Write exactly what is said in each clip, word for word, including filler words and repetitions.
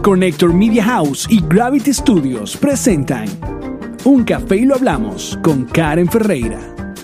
Connector Media House y Gravity Studios presentan Un Café y lo Hablamos con Karen Ferreira.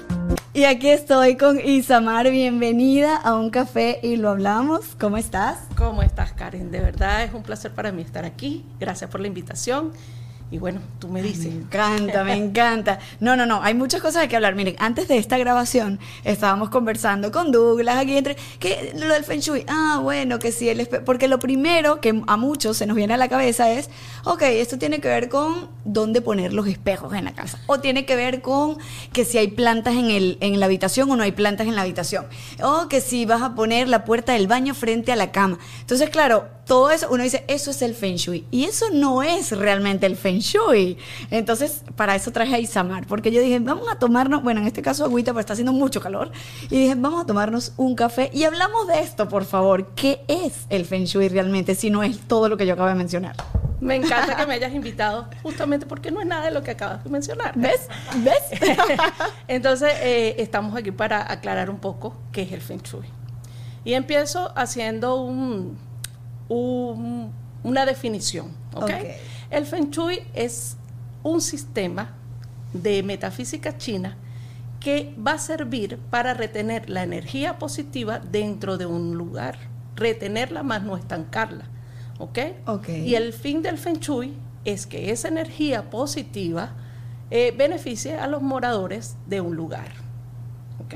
Y aquí estoy con Isamar. Bienvenida a Un Café y lo Hablamos. ¿Cómo estás? ¿Cómo estás, Karen? De verdad es un placer para mí estar aquí. Gracias por la invitación. Y bueno, tú me dices. Me encanta, me encanta. No, no, no, hay muchas cosas de que hablar. Miren, antes de esta grabación estábamos conversando con Douglas aquí entre, que lo del Feng Shui, ah, bueno, que sí, el espe- porque lo primero que a muchos se nos viene a la cabeza es, ok, esto tiene que ver con dónde poner los espejos en la casa, o tiene que ver con que si hay plantas en, el, en la habitación o no hay plantas en la habitación, o que si vas a poner la puerta del baño frente a la cama. Entonces, claro, todo eso, uno dice, eso es el Feng Shui, y eso no es realmente el Feng Shui. Entonces, para eso traje a Isamar, porque yo dije, vamos a tomarnos, bueno, en este caso agüita, pero está haciendo mucho calor, y dije, vamos a tomarnos un café y hablamos de esto, por favor. ¿Qué es el Feng Shui realmente, si no es todo lo que yo acabo de mencionar? Me encanta que me hayas invitado, justamente porque no es nada de lo que acabas de mencionar. ¿Ves? ¿Ves? Entonces, eh, estamos aquí para aclarar un poco qué es el Feng Shui. Y empiezo haciendo un, un, una definición, ¿ok? Okay. El Feng Shui es un sistema de metafísica china que va a servir para retener la energía positiva dentro de un lugar, retenerla más no estancarla, ¿ok? Okay. Y el fin del Feng Shui es que esa energía positiva eh, beneficie a los moradores de un lugar, ¿ok?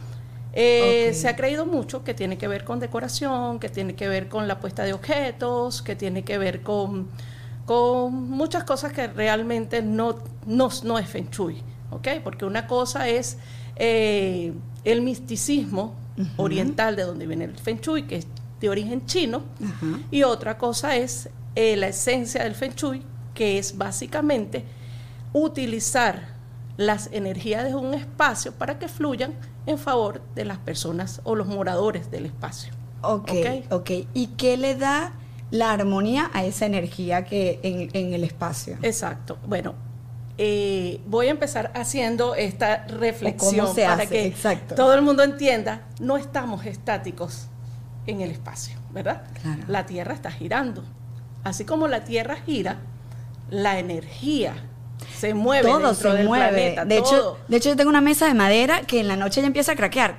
Eh, Okay. Se ha creído mucho que tiene que ver con decoración, que tiene que ver con la puesta de objetos, que tiene que ver con, con muchas cosas que realmente no, no, no es Feng Shui, ¿ok? Porque una cosa es eh, el misticismo uh-huh. oriental, de donde viene el Feng Shui, que es de origen chino, uh-huh. y otra cosa es eh, la esencia del Feng Shui, que es básicamente utilizar las energías de un espacio para que fluyan en favor de las personas o los moradores del espacio. Ok, ok. okay. ¿Y qué le da la armonía a esa energía que en, en el espacio? Exacto. Bueno, eh, voy a empezar haciendo esta reflexión ¿Cómo se para hace? que Exacto. todo el mundo entienda. No estamos estáticos en el espacio, ¿verdad? Claro. La Tierra está girando. Así como la Tierra gira, la energía se mueve todo dentro se del mueve. planeta. De todo. hecho, de hecho, yo tengo una mesa de madera que en la noche ya empieza a craquear.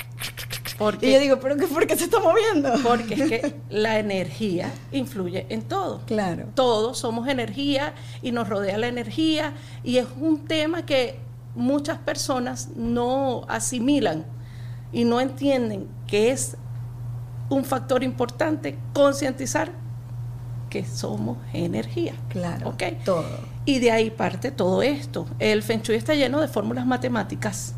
Porque, y yo digo, ¿pero qué, por qué se está moviendo? Porque es que la energía influye en todo. Claro. Todos somos energía y nos rodea la energía, y es un tema que muchas personas no asimilan y no entienden que es un factor importante concientizar que somos energía. Claro, ¿okay? todo. Y de ahí parte todo esto. El Feng Shui está lleno de fórmulas matemáticas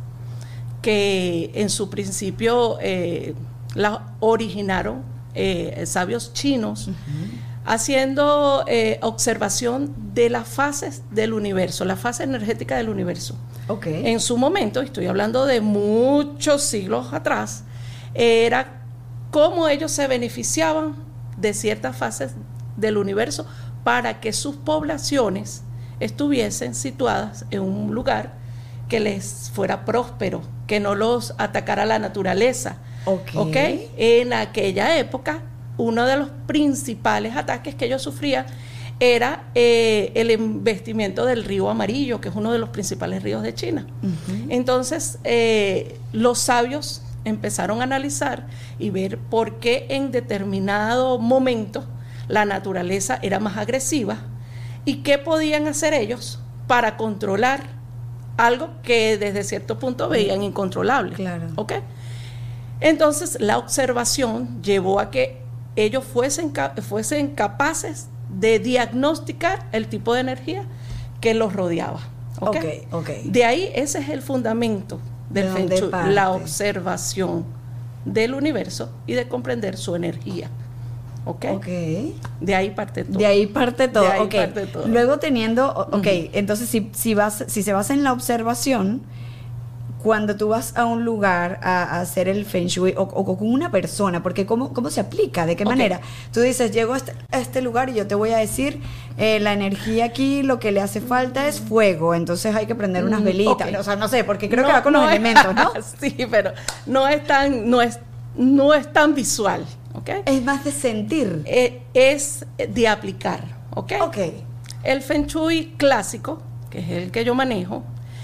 que en su principio eh, las originaron eh, sabios chinos, uh-huh. haciendo eh, observación de las fases del universo, la fase energética del universo. Okay. En su momento, estoy hablando de muchos siglos atrás, era cómo ellos se beneficiaban de ciertas fases del universo para que sus poblaciones estuviesen situadas en un lugar que les fuera próspero, que no los atacara la naturaleza. Okay. ¿Okay? En aquella época, uno de los principales ataques que ellos sufrían era eh, el embestimiento del río Amarillo, que es uno de los principales ríos de China. Uh-huh. Entonces, eh, los sabios empezaron a analizar y ver por qué en determinado momento la naturaleza era más agresiva y qué podían hacer ellos para controlar algo que desde cierto punto veían incontrolable. Claro. ¿Ok? Entonces, la observación llevó a que ellos fuesen, fuesen capaces de diagnosticar el tipo de energía que los rodeaba. ¿Ok? Okay, okay. De ahí, ese es el fundamento del ¿De Feng dónde Shui, parte? la observación del universo y de comprender su energía. ¿Ok? Okay. De ahí parte todo. De ahí parte todo. De ahí okay. parte todo. Luego teniendo, ok, Uh-huh. entonces si, si, vas, si se basa en la observación, cuando tú vas a un lugar a, a hacer el Feng Shui o, o con una persona, porque ¿cómo, cómo se aplica? ¿De qué Okay. manera? Tú dices, llego a este, a este lugar y yo te voy a decir, eh, la energía aquí, lo que le hace falta es fuego, entonces hay que prender unas velitas. Okay. O sea, no sé, porque creo No, que va con no los es, elementos, ¿no? Sí, pero no es tan, no es, no es tan visual. ¿ok? Es más de sentir. Eh, es de aplicar, ¿ok? Ok. El Feng Shui clásico, que es el que yo manejo,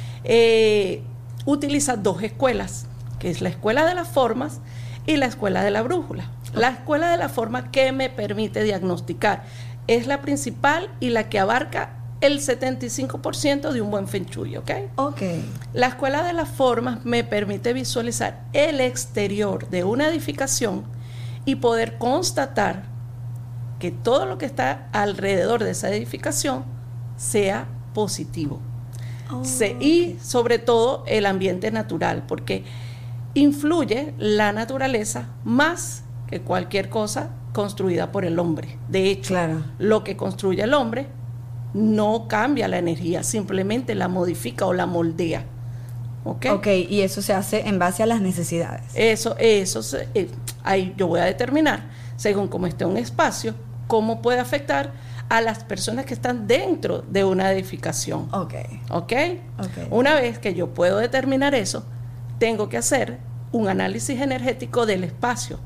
eh, utiliza dos escuelas, que es la escuela de las formas y la escuela de la brújula. La escuela de la forma que me permite diagnosticar es la principal y la que abarca el setenta y cinco por ciento de un buen Feng Shui, ¿ok? Ok. La escuela de las formas me permite visualizar el exterior de una edificación y poder constatar que todo lo que está alrededor de esa edificación sea positivo. Oh, Se, y sobre todo el ambiente natural, porque influye la naturaleza más que cualquier cosa construida por el hombre. De hecho, claro. Lo que construye el hombre no cambia la energía, simplemente la modifica o la moldea. ¿Ok? Ok, y eso se hace en base a las necesidades. Eso, eso, eh, ahí yo voy a determinar, según cómo esté un espacio, cómo puede afectar a las personas que están dentro de una edificación. Ok. ¿Ok? Ok. Una vez que yo puedo determinar eso, tengo que hacer un análisis energético del espacio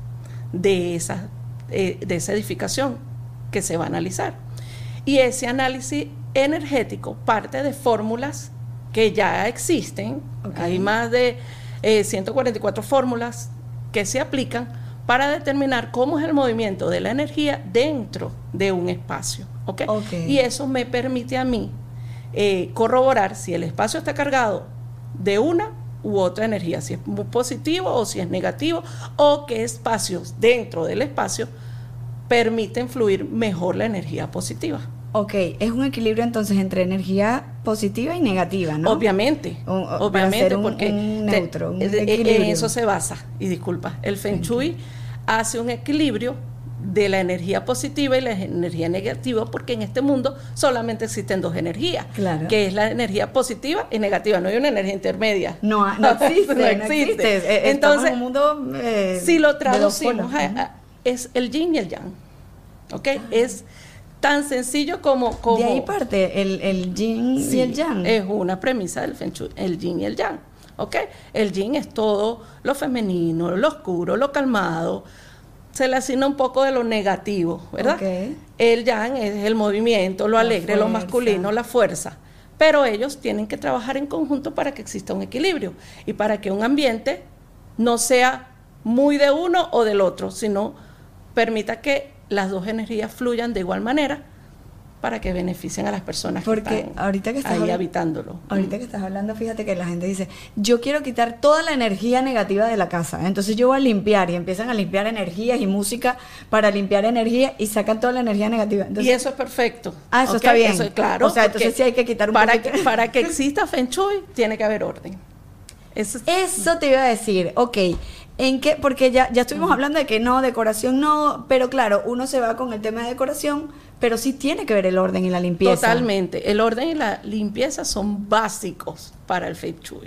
de esa, eh, de esa edificación que se va a analizar. Y ese análisis energético parte de fórmulas que ya existen. Okay. Hay más de eh, ciento cuarenta y cuatro fórmulas que se aplican para determinar cómo es el movimiento de la energía dentro de un espacio. ¿Okay? Okay. Y eso me permite a mí eh, corroborar si el espacio está cargado de una u otra energía, si es muy positivo o si es negativo, o qué espacios dentro del espacio permiten fluir mejor la energía positiva. Ok, es un equilibrio entonces entre energía positiva y negativa, ¿no? Obviamente, un, obviamente, un, porque un neutro, un te, en eso se basa, y disculpa, el Feng Shui hace un equilibrio de la energía positiva y la energía negativa, porque en este mundo solamente existen dos energías, claro. que es la energía positiva y negativa, no hay una energía intermedia. No, no existe, no existe. No existe. Entonces, en un mundo, eh, si lo traducimos, a, a, es el yin y el yang, ¿ok? Ah. Es tan sencillo como, como... De ahí parte el, el yin sí, y el yang. Es una premisa del Feng Shui, el yin y el yang, ¿ok? El yin es todo lo femenino, lo oscuro, lo calmado, se le asigna un poco de lo negativo, ¿verdad? Okay. El yang es el movimiento, lo alegre, lo masculino, la fuerza. Pero ellos tienen que trabajar en conjunto para que exista un equilibrio y para que un ambiente no sea muy de uno o del otro, sino permita que las dos energías fluyan de igual manera para que beneficien a las personas Porque que están ahorita que estás ahí hablando, habitándolo. Ahorita que estás hablando, fíjate que la gente dice, yo quiero quitar toda la energía negativa de la casa, entonces yo voy a limpiar, y empiezan a limpiar energías y música para limpiar energía y sacan toda la energía negativa. Entonces, y eso es perfecto. Ah, eso okay, está bien. Eso, claro. O sea, entonces sí hay que quitar un para poquito. Que, para que exista Feng Shui, tiene que haber orden. Eso, eso te iba a decir, ok. ¿En qué? Porque ya, ya estuvimos uh-huh. hablando de que no, decoración no, pero claro, uno se va con el tema de decoración, pero sí tiene que ver el orden y la limpieza. Totalmente, el orden y la limpieza son básicos para el Feng Shui.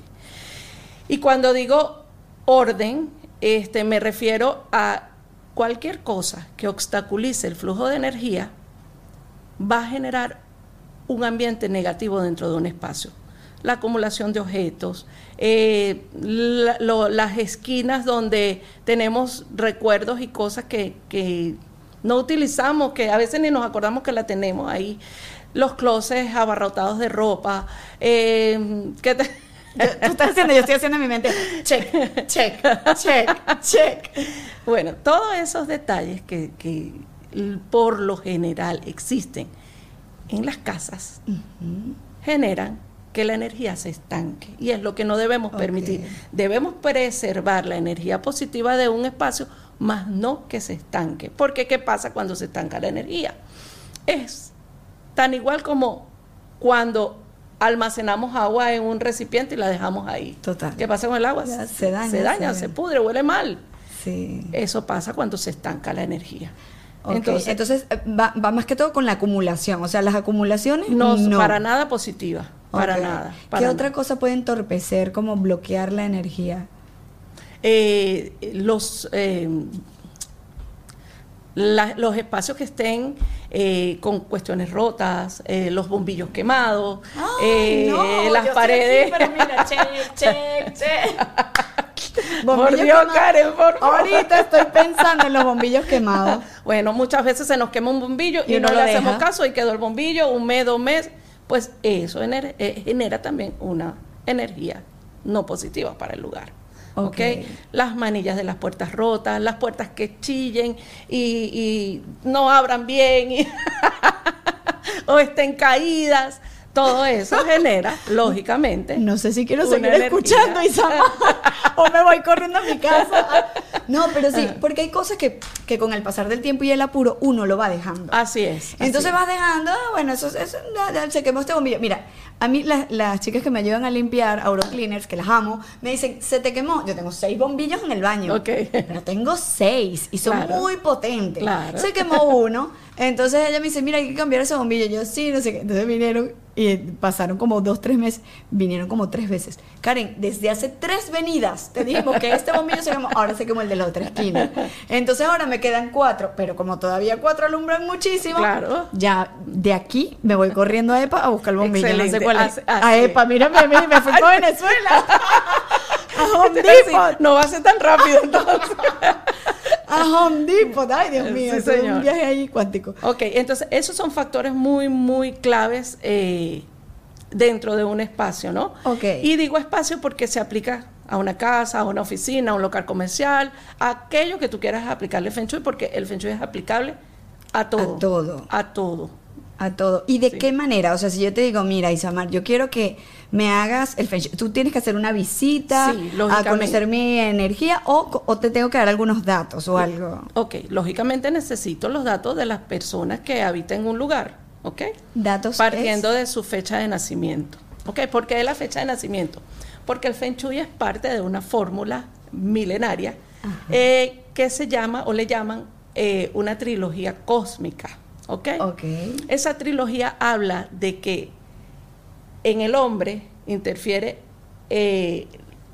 Y cuando digo orden, este, me refiero a cualquier cosa que obstaculice el flujo de energía, va a generar un ambiente negativo dentro de un espacio. La acumulación de objetos, eh, la, lo, las esquinas donde tenemos recuerdos y cosas que, que no utilizamos, que a veces ni nos acordamos que la tenemos ahí, los closets abarrotados de ropa, eh, que te... Yo, tú estás haciendo, yo estoy haciendo en mi mente, check, check, check, check. Bueno, todos esos detalles que, que por lo general existen en las casas, uh-huh. generan que la energía se estanque, y es lo que no debemos okay. permitir. Debemos preservar la energía positiva de un espacio, más no que se estanque. Porque ¿qué pasa cuando se estanca la energía? Es tan igual como cuando almacenamos agua en un recipiente y la dejamos ahí. Total. ¿Qué pasa con el agua? Ya, se daña, se, daña se, se pudre, huele mal. Sí. Eso pasa cuando se estanca la energía. Okay. Entonces, Entonces va, va más que todo con la acumulación, o sea, las acumulaciones no, no. para nada positiva. Para okay. nada. Para ¿Qué nada. otra cosa puede entorpecer, como bloquear la energía? Eh, los, eh, la, los espacios que estén eh, con cuestiones rotas, eh, los bombillos quemados, Ay, eh, no, las yo paredes. Estoy aquí, pero mira, check, check, check. Por Dios, quemados. Karen, por favor. Ahorita estoy pensando en los bombillos quemados. Bueno, muchas veces se nos quema un bombillo y, Y uno no lo le hacemos deja. caso y quedó el bombillo un mes, dos meses. Pues eso gener- eh, genera también una energía no positiva para el lugar. Ok. ¿Ok? Las manillas de las puertas rotas, las puertas que chillen y, y no abran bien y o estén caídas. Todo eso genera, lógicamente, No sé si quiero una seguir energía. escuchando, Isama, o me voy corriendo a mi casa. No, pero sí, porque hay cosas que, que con el pasar del tiempo y el apuro uno lo va dejando. Así es. así Entonces es. vas dejando, ah, bueno, eso, eso ya, ya se quemó este bombillo. Mira, a mí las, las chicas que me ayudan a limpiar, Aurocleaners, que las amo, me dicen, se te quemó. Yo tengo seis bombillos en el baño. Ok. Pero tengo seis y son Claro. muy potentes. Claro. Se quemó uno. Entonces ella me dice, mira, hay que cambiar ese bombillo. Yo, sí, no sé qué. Entonces vinieron y pasaron como dos, tres meses. Vinieron como tres veces. Karen, desde hace tres venidas te dijimos que este bombillo se quemó. Ahora se quemó el de la otra esquina. Entonces ahora me quedan cuatro. Pero como todavía cuatro alumbran muchísimo, Claro. ya de aquí me voy corriendo a EPA a buscar el bombillo. No sé Excelente. cuál es. Así- así A es. EPA, mírame a mí, me fui para Venezuela. A Home Sí, Depot. no va a ser tan rápido entonces. A Home Depot. Ay, Dios mío. Sí, eso es señor. un viaje ahí cuántico. Ok, entonces esos son factores muy, muy claves eh, dentro de un espacio, ¿no? Ok. Y digo espacio porque se aplica a una casa, a una oficina, a un local comercial, a aquello que tú quieras aplicarle Feng Shui, porque el Feng Shui es aplicable a todo. A todo. A todo. A todo. ¿Y de Sí. qué manera? O sea, si yo te digo, mira, Isamar, yo quiero que me hagas el Feng Shui, tú tienes que hacer una visita Sí, a lógicamente. conocer mi energía o, o te tengo que dar algunos datos o algo. Ok, lógicamente necesito los datos de las personas que habitan un lugar, ¿ok? Datos Partiendo es- de su fecha de nacimiento. ¿Ok? ¿Por qué de la fecha de nacimiento? Porque el Feng Shui es parte de una fórmula milenaria eh, que se llama o le llaman eh, una trilogía cósmica. ¿Ok? Ok. Esa trilogía habla de que en el hombre interfiere eh,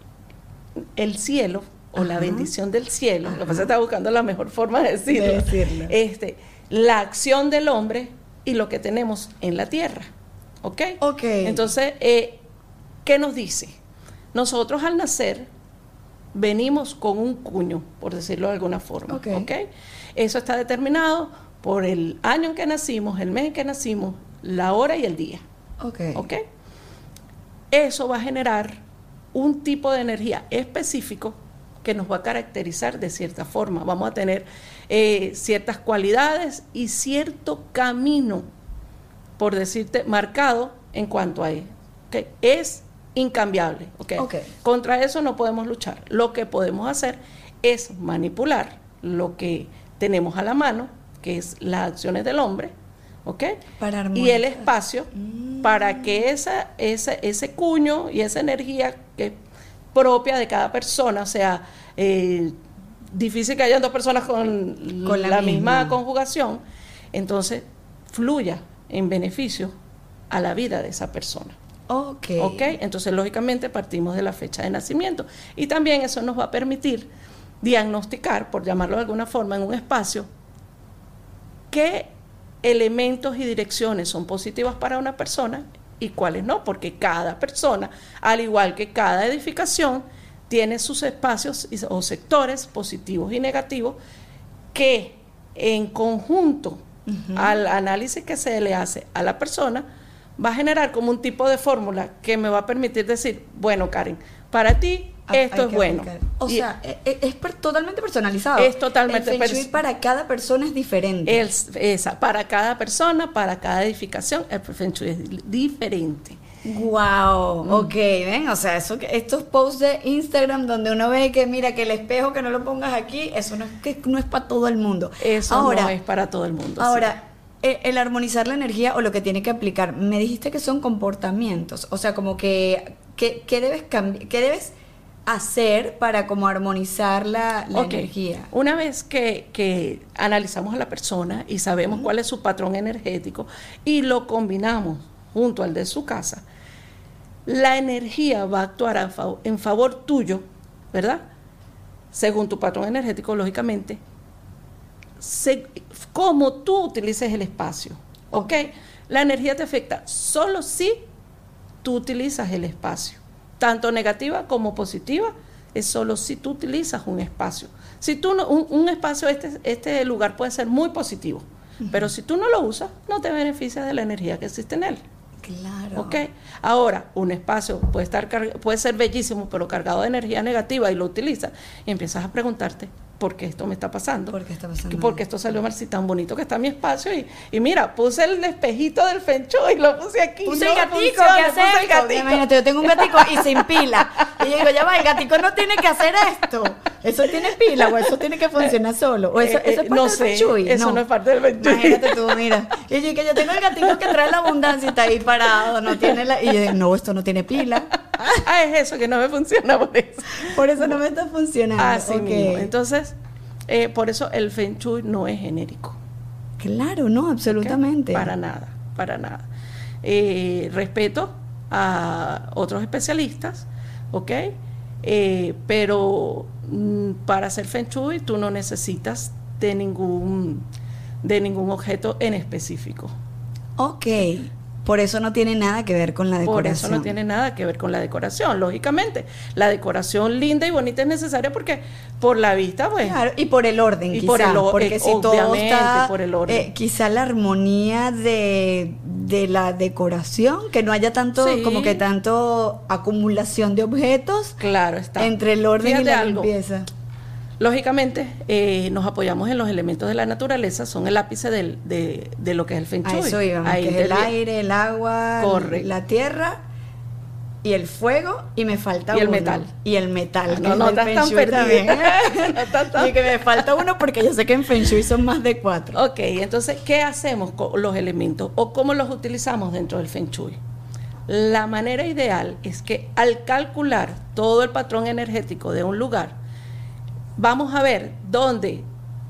el cielo o la Ajá. bendición del cielo. Lo que pasa es que estaba buscando la mejor forma de decirlo. De decirlo. Este, la acción del hombre y lo que tenemos en la tierra. ¿Ok? Ok. Entonces, eh, ¿qué nos dice? Nosotros al nacer venimos con un cuño, por decirlo de alguna forma. Ok. ¿Ok? Eso está determinado por el año en que nacimos, el mes en que nacimos, la hora y el día. Ok. ¿Ok? Eso va a generar un tipo de energía específico que nos va a caracterizar de cierta forma. Vamos a tener eh, ciertas cualidades y cierto camino, por decirte, marcado en cuanto a él. ¿Ok? Es incambiable. ¿Ok? Ok. Contra eso no podemos luchar. Lo que podemos hacer es manipular lo que tenemos a la mano, que es las acciones del hombre, ¿ok? Para y armonizar. el espacio para que esa, esa, ese cuño y esa energía que es propia de cada persona, o sea, eh, difícil que hayan dos personas con, Con la la, misma. misma. conjugación, entonces fluya en beneficio a la vida de esa persona. Ok. ¿Ok? Entonces, lógicamente, partimos de la fecha de nacimiento. Y también eso nos va a permitir diagnosticar, por llamarlo de alguna forma, en un espacio, qué elementos y direcciones son positivas para una persona y cuáles no, porque cada persona, al igual que cada edificación, tiene sus espacios y- o sectores positivos y negativos que en conjunto al análisis que se le hace a la persona va a generar como un tipo de fórmula que me va a permitir decir, bueno, Karen, para ti Ah, esto hay es que bueno. aplicar. O Y sea, e- e- es, per- totalmente personalizado. Es totalmente El Feng Shui pers- para cada persona es diferente. el- esa, para cada persona, para cada edificación, el Feng Shui es di- diferente. Wow, Mm. ok, ven, o sea, eso que estos posts de Instagram donde uno ve que mira que el espejo que no lo pongas aquí, eso no es que no es para todo el mundo. Eso ahora, no es para todo el mundo. ahora el, el armonizar la energía o lo que tiene que aplicar, me dijiste que son comportamientos, o sea, como que que, que debes cambiar, que debes hacer para como armonizar la, la Ok. energía. Una vez que, que analizamos a la persona y sabemos cuál es su patrón energético y lo combinamos junto al de su casa, la energía va a actuar a fav- en favor tuyo, ¿verdad? Según tu patrón energético, lógicamente, se- como tú utilices el espacio, ¿ok? La energía te afecta solo si tú utilizas el espacio, tanto negativa como positiva, es solo si tú utilizas un espacio. Si tú no, un, un espacio, este, este lugar puede ser muy positivo, uh-huh. pero si tú no lo usas, no te beneficias de la energía que existe en él. Claro. ¿Ok? Ahora, un espacio puede, estar carg- puede ser bellísimo, pero cargado de energía negativa y lo utilizas y empiezas a preguntarte, ¿por qué esto me está pasando? ¿Por qué está pasando? Porque esto salió mal, si tan bonito que está mi espacio. Y, y mira, puse el espejito del Feng Shui y lo puse aquí. Puse no el gatico, funciona, ¿qué hace puse el esto? gatico. Imagínate, yo tengo un gatico y sin pila. Y yo digo, ya va, el gatico no tiene que hacer esto. Eso tiene pila o eso tiene que funcionar solo. O eso, Eh, eso es eh, parte no del sé, Feng Shui. eso no es parte del Feng Shui. Imagínate tú, mira. Y yo que yo tengo el gatico que trae la abundancia y está ahí parado, no tiene la... Y yo digo, no, esto no tiene pila. Ah, es eso, que no me funciona por eso. Por eso no me está funcionando. Así Ok. mismo. Entonces, eh, por eso el Feng Shui no es genérico. Claro, no, absolutamente. ¿Okay? Para nada, para nada. Eh, respeto a otros especialistas, ¿ok? Eh, pero mm, para hacer Feng Shui tú no necesitas de ningún, de ningún objeto en específico. Ok. Por eso no tiene nada que ver con la decoración. Por eso no tiene nada que ver con la decoración, lógicamente. La decoración linda y bonita es necesaria porque por la vista, pues... Claro, y por el orden, y quizá, por el o- porque eh, si todo obviamente, está, por el orden. eh, quizá la armonía de, de la decoración, que no haya tanto, Sí. como que tanto acumulación de objetos Claro está. entre el orden Fíjate y la algo. limpieza. Lógicamente, eh, nos apoyamos en los elementos de la naturaleza, son el ápice del, de, de lo que es el Feng A Shui. eso íbamos, Ahí que es el intervi- aire, el agua, Correcto. la tierra y el fuego, y me falta Y el uno. metal. Y el metal. Ah, que no, es no del estás Feng tan Shui perdida. también. No estás tan- Y que me falta uno porque yo sé que en Feng Shui son más de cuatro. Ok, entonces, ¿qué hacemos con los elementos o cómo los utilizamos dentro del Feng Shui? La manera ideal es que al calcular todo el patrón energético de un lugar, vamos a ver dónde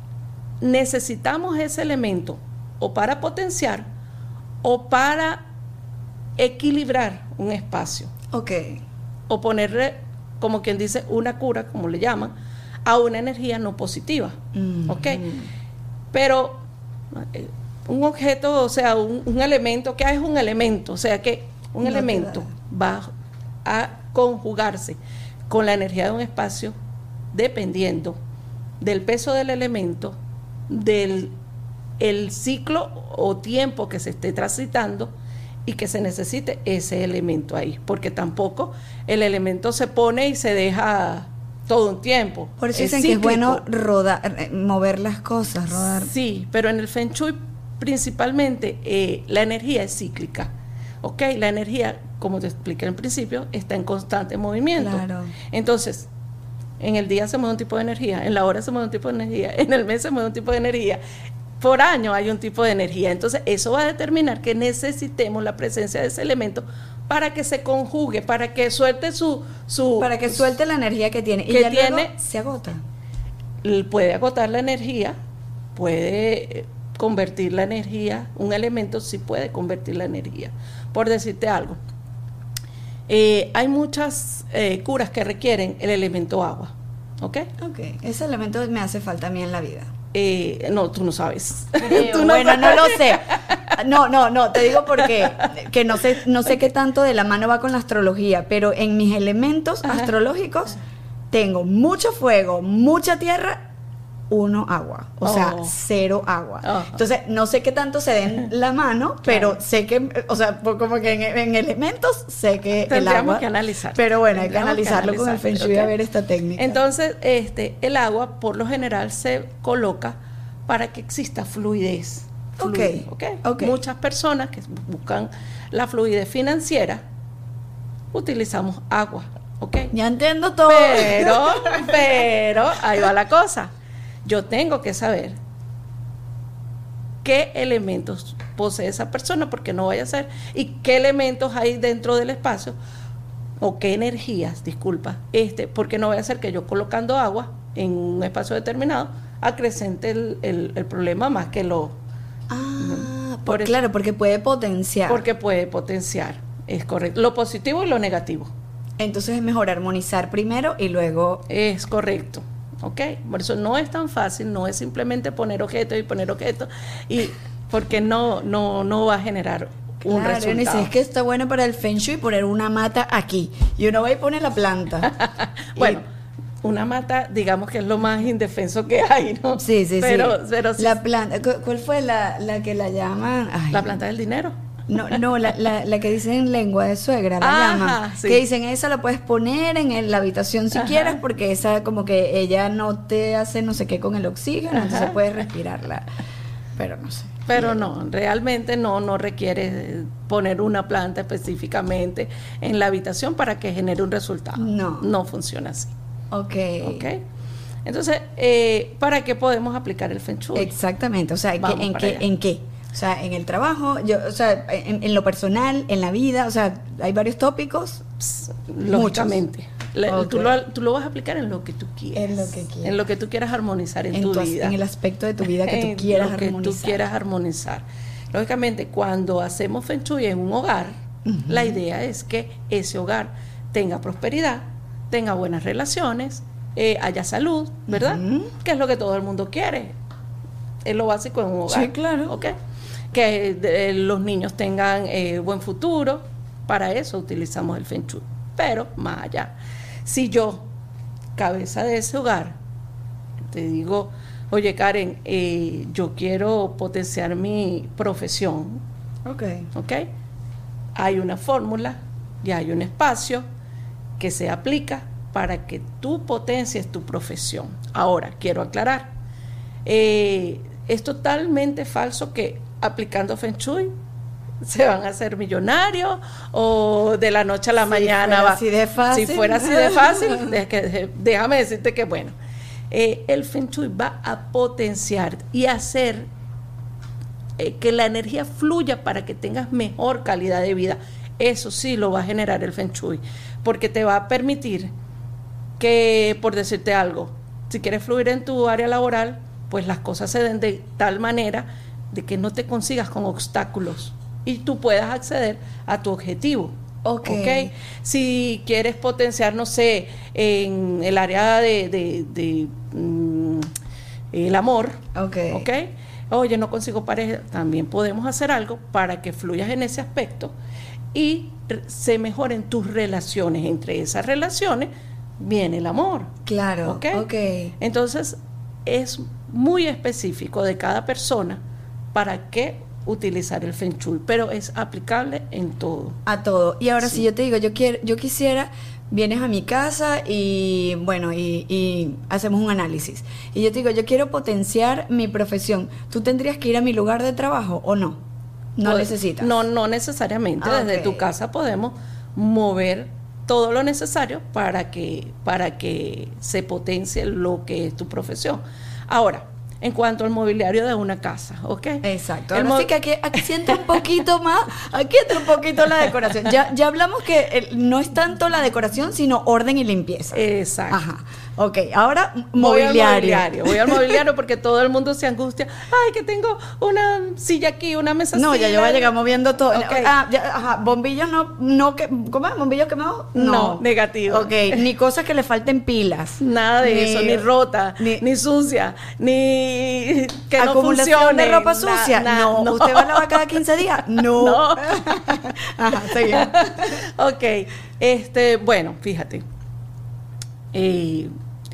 necesitamos ese elemento o para potenciar o para equilibrar un espacio Ok. o ponerle, como quien dice, una cura, como le llaman, a una energía no positiva. Mm. ¿Ok? Pero eh, un objeto, o sea, un, un elemento, ¿qué es un elemento? O sea, que un No te elemento va a conjugarse con la energía de un espacio dependiendo del peso del elemento, del el ciclo o tiempo que se esté transitando y que se necesite ese elemento ahí, porque tampoco el elemento se pone y se deja todo un tiempo. Por eso Es dicen que es cíclico. bueno rodar, eh, mover las cosas, rodar. Sí, pero en el Feng Shui principalmente eh, la energía es cíclica. ¿Ok? La energía, como te expliqué al principio, está en constante movimiento. Claro. Entonces, en el día se mueve un tipo de energía, en la hora se mueve un tipo de energía, en el mes se mueve un tipo de energía, por año hay un tipo de energía. Entonces, eso va a determinar que necesitemos la presencia de ese elemento para que se conjugue, para que suelte su... su Para que suelte la energía que tiene. Y que ya luego tiene- se agota. puede agotar la energía, puede eh, convertir la energía, un elemento sí puede convertir la energía. Por decirte algo, eh, hay muchas eh, curas que requieren el elemento agua, ¿ok? Ok, ese elemento me hace falta a mí en la vida. Eh, no, tú no sabes. Creo, Tú no bueno, sabes. no lo sé. No, no, no, te digo porque que no sé, no sé qué tanto de la mano va con la astrología, pero en mis elementos Ajá. astrológicos tengo mucho fuego, mucha tierra, uno agua, o sea, Oh. cero agua. Ajá. Entonces, no sé qué tanto se den la mano, pero sé que, o sea, por- como que en, en elementos sé que el Tendríamos agua. que analizar. Pero bueno, hay que Tendríamos que analizarlo con el Feng analizar, Shui a ok. ver esta técnica. Entonces, este, el agua por lo general se coloca para que exista fluidez. Ok, Fluidez, ¿ok? ok. Muchas personas que buscan la fluidez financiera utilizamos agua, ¿ok? ya entiendo todo. Pero, pero, ahí va la cosa. Yo tengo que saber qué elementos posee esa persona, porque no vaya a ser, y qué elementos hay dentro del espacio, o qué energías, disculpa, este, porque no vaya a ser que yo colocando agua en un espacio determinado acrecente el, el, el problema más que lo, Ah, Por por, eso- claro, porque puede potenciar. porque puede potenciar, es correcto, lo positivo y lo negativo. Entonces es mejor armonizar primero y luego. Es correcto, ¿ok? Por eso no es tan fácil, no es simplemente poner objetos y poner objetos, y porque no, no, no va a generar un Claro, y resultado. si es que está bueno para el Feng Shui poner una mata aquí y uno va y pone la planta. Bueno, una mata, digamos que es lo más indefenso que hay, ¿no? Sí, sí, pero, sí. Pero sí. La planta, ¿cu- ¿cuál fue la, la que la llaman? Ay, La planta del dinero. No, no, la, la, la que dicen en lengua de suegra, la Ajá, llaman. sí. Que dicen, esa la puedes poner en el- la habitación si Ajá. quieres, porque esa como que ella no te hace no sé qué con el oxígeno, Ajá. entonces puedes respirarla. Pero no sé. Pero no, realmente no, no requiere poner una planta específicamente en la habitación para que genere un resultado. No. No funciona así. Ok. ¿Ok? Entonces, eh, ¿para qué podemos aplicar el Feng Shui? Exactamente, o sea, ¿en qué, Vamos en, para qué, allá. ¿en qué? O sea, en el trabajo, yo, o sea, en, en lo personal, en la vida, o sea, hay varios tópicos. Pss, Lógicamente. La- Ok. tú, lo, tú lo vas a aplicar en lo que tú quieras. En lo que quieras. En lo que tú quieras armonizar en, En, tu tu as- vida. en el aspecto de tu vida que En tú quieras lo que armonizar. tú quieras armonizar. Lógicamente, cuando hacemos Feng Shui en un hogar, Ujú. la idea es que ese hogar tenga prosperidad, tenga buenas relaciones, eh, haya salud, ¿verdad? Ujú. Que es lo que todo el mundo quiere. Es lo básico en un hogar. Sí, claro. ¿Ok? Que eh, los niños tengan eh, buen futuro. Para eso utilizamos el Feng Shui. Pero más allá, si yo, cabeza de ese hogar, te digo, oye Karen, eh, yo quiero potenciar mi profesión, Ok. ¿ok? Hay una fórmula y hay un espacio que se aplica para que tú potencies tu profesión. Ahora, quiero aclarar, eh, es totalmente falso que aplicando Feng Shui se van a hacer millonarios o de la noche a la Si mañana fuera va. así de fácil. Si fuera así de fácil, de que- de- déjame decirte que bueno, eh, el Feng Shui va a potenciar y hacer eh, que la energía fluya para que tengas mejor calidad de vida. Eso sí lo va a generar el Feng Shui, porque te va a permitir que, por decirte algo, si quieres fluir en tu área laboral, pues las cosas se den de tal manera de que no te consigas con obstáculos y tú puedas acceder a tu objetivo. Ok. ¿Ok? Si quieres potenciar, no sé, en el área de, de- de, mm, el amor, Ok. ¿ok? Oye, no consigo pareja, también podemos hacer algo para que fluyas en ese aspecto y re- se mejoren tus relaciones. Entre esas relaciones viene el amor. Claro. ¿Ok? Ok. Entonces, es muy específico de cada persona para qué utilizar el Feng Shui, pero es aplicable en todo. A todo. Y ahora Sí. si yo te digo, yo quiero, yo quisiera, vienes a mi casa y bueno, y, y hacemos un análisis. Y yo te digo, yo quiero potenciar mi profesión. ¿Tú tendrías que ir a mi lugar de trabajo o no? No Pues, necesitas. No, no necesariamente. Ah, Desde ok. tu casa podemos mover todo lo necesario para que, para que se potencie lo que es tu profesión. Ahora, en cuanto al mobiliario de una casa, ¿ok? Exacto. El Ahora mo- sí que aquí, aquí siento un poquito más, aquí entra un poquito la decoración. Ya, ya hablamos que el- no es tanto la decoración, sino orden y limpieza. Exacto. Ajá. Ok, ahora Voy al mobiliario. mobiliario, voy al mobiliario porque todo el mundo se angustia. Ay, que tengo una silla aquí, una mesa No, así, ya yo voy a llegar moviendo todo. Ok. Ah, ya, ajá, bombillos no, no que, ¿cómo es? ¿Bombillos quemados? No, negativo. Ok, ni cosas que le falten pilas. Nada de eso, ni rota, ni- ni, sucia, ni que no acumulación funcione. de ropa na- sucia. na- no. no. ¿Usted va a lavar cada quince días? No. No. Ajá, seguimos. Ok, este, bueno, fíjate. Eh,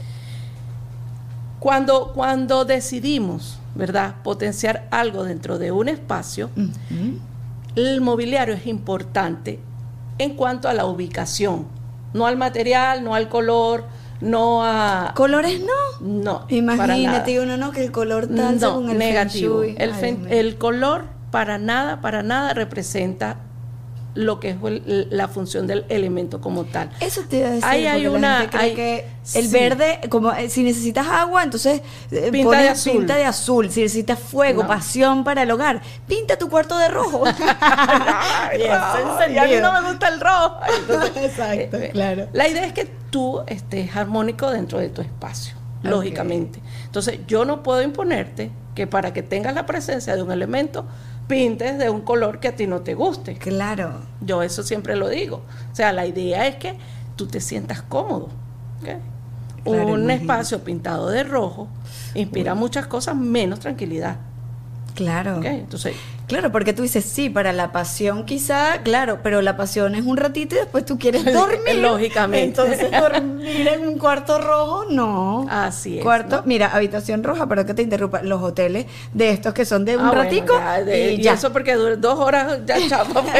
cuando, cuando decidimos, ¿verdad?, potenciar algo dentro de un espacio, Ujú. el mobiliario es importante en cuanto a la ubicación, no al material, no al color, no a... ¿Colores no? No, para nada. Imagínate uno, no, que el color tal No, según el negativo. Feng Shui. El, Ay, fen- Dios mío. el color para nada, para nada representa lo que es el- la función del elemento como tal. Eso te iba a decir, Ahí hay porque la una- gente cree hay- que el sí. verde, como eh, si necesitas agua, entonces eh, Pinta pones de azul. pinta de azul. Si necesitas fuego, No. pasión para el hogar, pinta tu cuarto de rojo. Ay, Y eso no, y a mí encendido. no me gusta el rojo. Entonces, Exacto, eh, claro. La idea es que tú estés armónico dentro de tu espacio, Ok. lógicamente. Entonces, yo no puedo imponerte que para que tengas la presencia de un elemento, pintes de un color que a ti no te guste. Claro. Yo eso siempre lo digo. O sea, la idea es que tú te sientas cómodo. ¿Ok? Claro, Un imagino. espacio pintado de rojo inspira muchas cosas menos tranquilidad. Claro. ¿Ok? Entonces, Claro, porque tú dices, sí, para la pasión quizá, claro, pero la pasión es un ratito y después tú quieres dormir. Lógicamente. Entonces, dormir en un cuarto rojo, no. Así es, Cuarto, ¿no? mira, habitación roja, pero que te interrumpa, los hoteles de estos que son de un Ah, bueno, ratico ya, de- y y ya. eso porque dura dos horas ya chapa. Ok,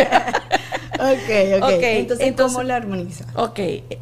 ok. Ok, Entonces, entonces- ¿cómo la armonizas? Ok, eh,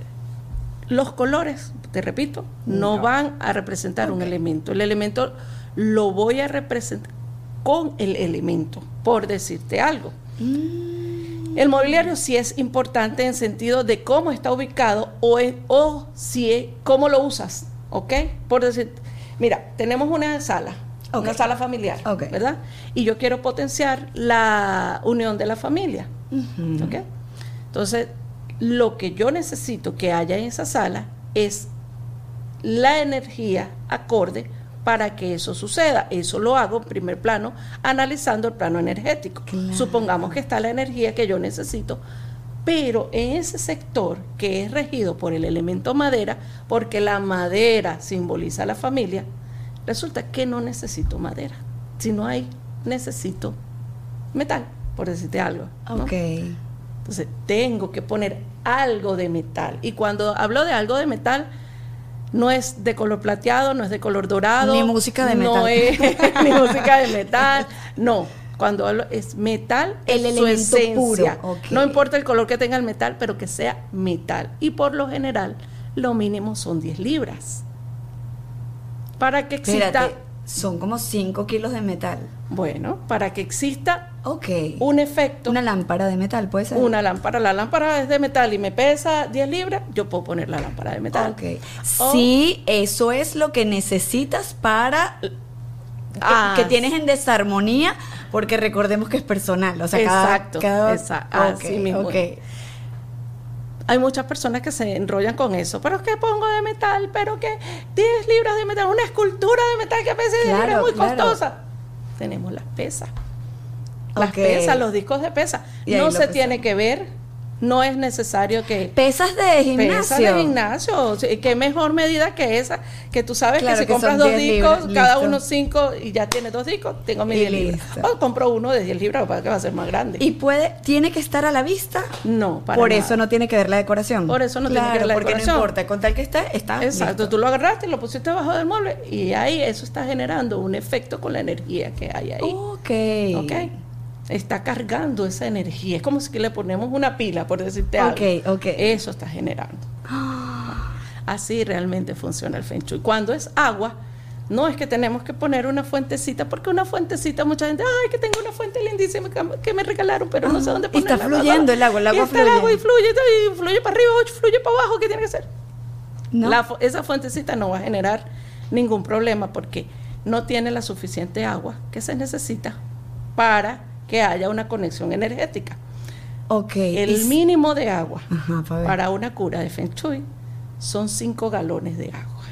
los colores, te repito, no, No. van a representar un Ok. elemento. El elemento lo voy a representar con el elemento, por decirte algo. Mm. El mobiliario sí es importante en sentido de cómo está ubicado o, en- o si es- cómo lo usas, ¿ok? Por decir, mira, tenemos una sala, Ok. una sala familiar, Ok. ¿verdad? Y yo quiero potenciar la unión de la familia, Ujú. ¿ok? Entonces, lo que yo necesito que haya en esa sala es la energía acorde para que eso suceda. Eso lo hago en primer plano, analizando el plano energético. Claro. Supongamos que está la energía que yo necesito, pero en ese sector que es regido por el elemento madera, porque la madera simboliza a la familia, resulta que no necesito madera, sino ahí necesito metal, por decirte algo, ¿no? Ok. Entonces, tengo que poner algo de metal. Y cuando hablo de algo de metal, no es de color plateado, no es de color dorado. Ni música de no metal. es ni música de metal. No. Cuando hablo es metal, El es su elemento esencia. puro, ok. No importa el color que tenga el metal, pero que sea metal. Y por lo general, lo mínimo son diez libras. Para que exista, Espérate, son como cinco kilos de metal. bueno, para que exista Ok. un efecto. Una lámpara de metal, puede ser. Una lámpara, la lámpara es de metal y me pesa diez libras, yo puedo poner la lámpara de metal. Ok. O- Sí, eso es lo que necesitas para que, Ah, que tienes en desarmonía, porque recordemos que es personal. O sea, cada- Exacto, cada, exacto, ok, así mismo ok. es. Hay muchas personas que se enrollan con eso, pero es que pongo de metal, pero que diez libras de metal, una escultura de metal que pesa diez Claro, libras es muy claro. costosa. Tenemos las pesas. Las Ok. pesas, los discos de pesa. Y ahí No lo se pesamos. tiene que ver, no es necesario que... Pesas de gimnasio. Pesas de gimnasio, sí, qué mejor medida que esa, que tú sabes Claro que si que compras son dos diez discos, libras, cada listo. uno cinco y ya tienes dos discos, tengo mis Y diez libras. listo. O compro uno de diez libras, para que va a ser más grande. Y puede, tiene que estar a la vista. no, para Por nada. eso no tiene que ver la decoración. Por eso no tiene Claro, que ver la porque decoración. no importa, con tal que esté, está Exacto, listo. tú lo agarraste y lo pusiste debajo del mueble y ahí eso está generando un efecto con la energía que hay ahí. Ok. ¿Ok? Está cargando esa energía. Es como si le ponemos una pila, por decirte Ok, algo. ok. Eso está generando. Así realmente funciona el Feng Shui. Cuando es agua, no es que tenemos que poner una fuentecita, porque una fuentecita, mucha gente, ay, que tengo una fuente lindísima que- que me regalaron, pero no sé dónde Y está ponerla. fluyendo el agua, el agua y está el agua fluye. y fluye, y fluye para arriba, fluye para abajo, ¿qué tiene que hacer? ¿No? La fu- esa fuentecita no va a generar ningún problema porque no tiene la suficiente agua que se necesita para que haya una conexión energética. Ok. El y- mínimo de agua Ajá, pa' ver. para una cura de Feng Shui son cinco galones de agua.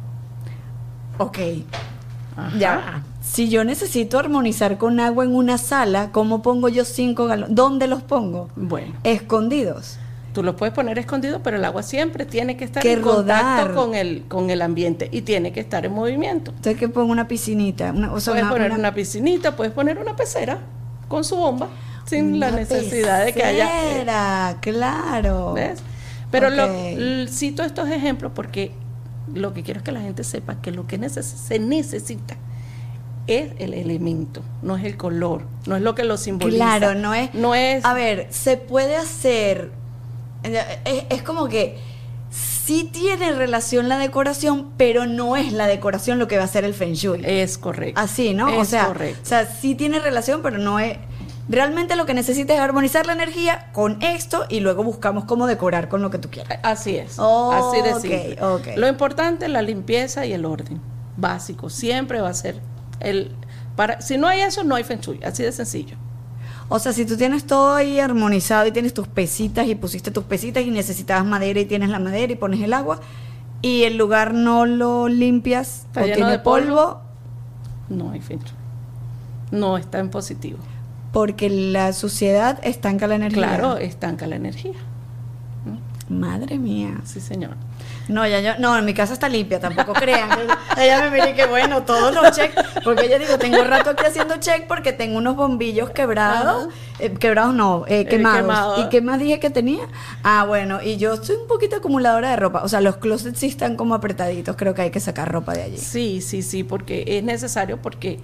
Ok. Ajá. Ya. Si yo necesito armonizar con agua en una sala, ¿cómo pongo yo cinco galones? ¿Dónde los pongo? Bueno, Escondidos. tú lo puedes poner escondido, pero el agua siempre tiene que estar Que en contacto rodar. con el, con el ambiente y tiene que estar en movimiento. Entonces, ¿qué pongo? Una piscinita. Una, o sea, Puedes una- poner una- una piscinita, puedes poner una pecera con su bomba, sin la una necesidad de que haya... eh, pecera, claro. ¿Ves? Pero lo- Ok. l- cito estos ejemplos porque lo que quiero es que la gente sepa que lo que neces- se necesita es el elemento, no es el color, no es lo que lo simboliza. Claro, no es. No es. A ver, se puede hacer. Es, es como que sí tiene relación la decoración, pero no es la decoración lo que va a hacer el Feng Shui. Es correcto. Así, ¿no? Es o sea, correcto. o sea, sí tiene relación, pero no es. Realmente lo que necesitas es armonizar la energía con esto y luego buscamos cómo decorar con lo que tú quieras. Así es. Oh, así de ok, simple. ok. Lo importante es la limpieza y el orden básico. Siempre va a ser el. Para, si no hay eso, no hay Feng Shui. Así de sencillo. O sea, si tú tienes todo ahí armonizado y tienes tus pesitas y pusiste tus pesitas y necesitabas madera y tienes la madera y pones el agua y el lugar no lo limpias Está o lleno tiene de polvo. polvo, No hay Feng Shui. No está en positivo. porque la suciedad estanca la energía. Claro, estanca la energía. Madre mía. Sí, señor. No, ya yo, no, en mi casa está limpia, tampoco crean. Ella me mira y que bueno, todos los check, porque ella digo, tengo rato aquí haciendo check porque tengo unos bombillos quebrados, eh, quebrados no, eh, quemados. quemado. ¿Y qué más dije que tenía? Ah, bueno, y yo soy un poquito acumuladora de ropa, o sea, los closets sí están como apretaditos, creo que hay que sacar ropa de allí. Sí, sí, sí, porque es necesario, porque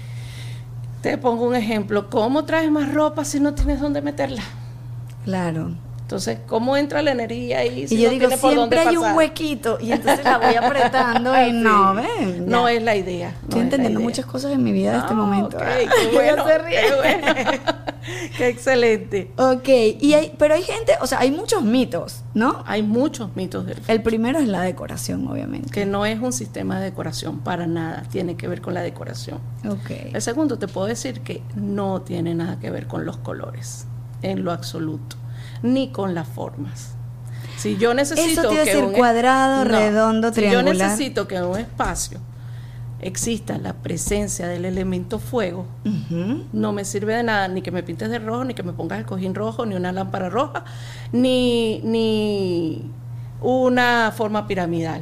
te pongo un ejemplo, ¿cómo traes más ropa si no tienes dónde meterla? Claro. Entonces, ¿cómo entra la energía ahí si y yo no digo, tiene por dónde siempre hay pasar? un huequito y entonces la voy apretando y Sí. no, ven. No ya. es la idea. no Estoy es la entendiendo idea. muchas cosas en mi vida de este Ah, momento. ok, Ah, qué bueno, ella se ríe. qué bueno. Qué excelente. Ok, y hay, pero hay gente, o sea, hay muchos mitos, ¿no? Hay muchos mitos del El primero es la decoración, obviamente. que no es un sistema de decoración para nada, tiene que ver con la decoración. Ok. El segundo, te puedo decir que no tiene nada que ver con los colores, en lo absoluto, ni con las formas. Si yo necesito Eso te iba a que decir un- cuadrado, No, redondo, si yo triangular. necesito que en un espacio exista la presencia del elemento fuego, Ujú. no me sirve de nada ni que me pintes de rojo, ni que me pongas el cojín rojo, ni una lámpara roja, ni, ni una forma piramidal.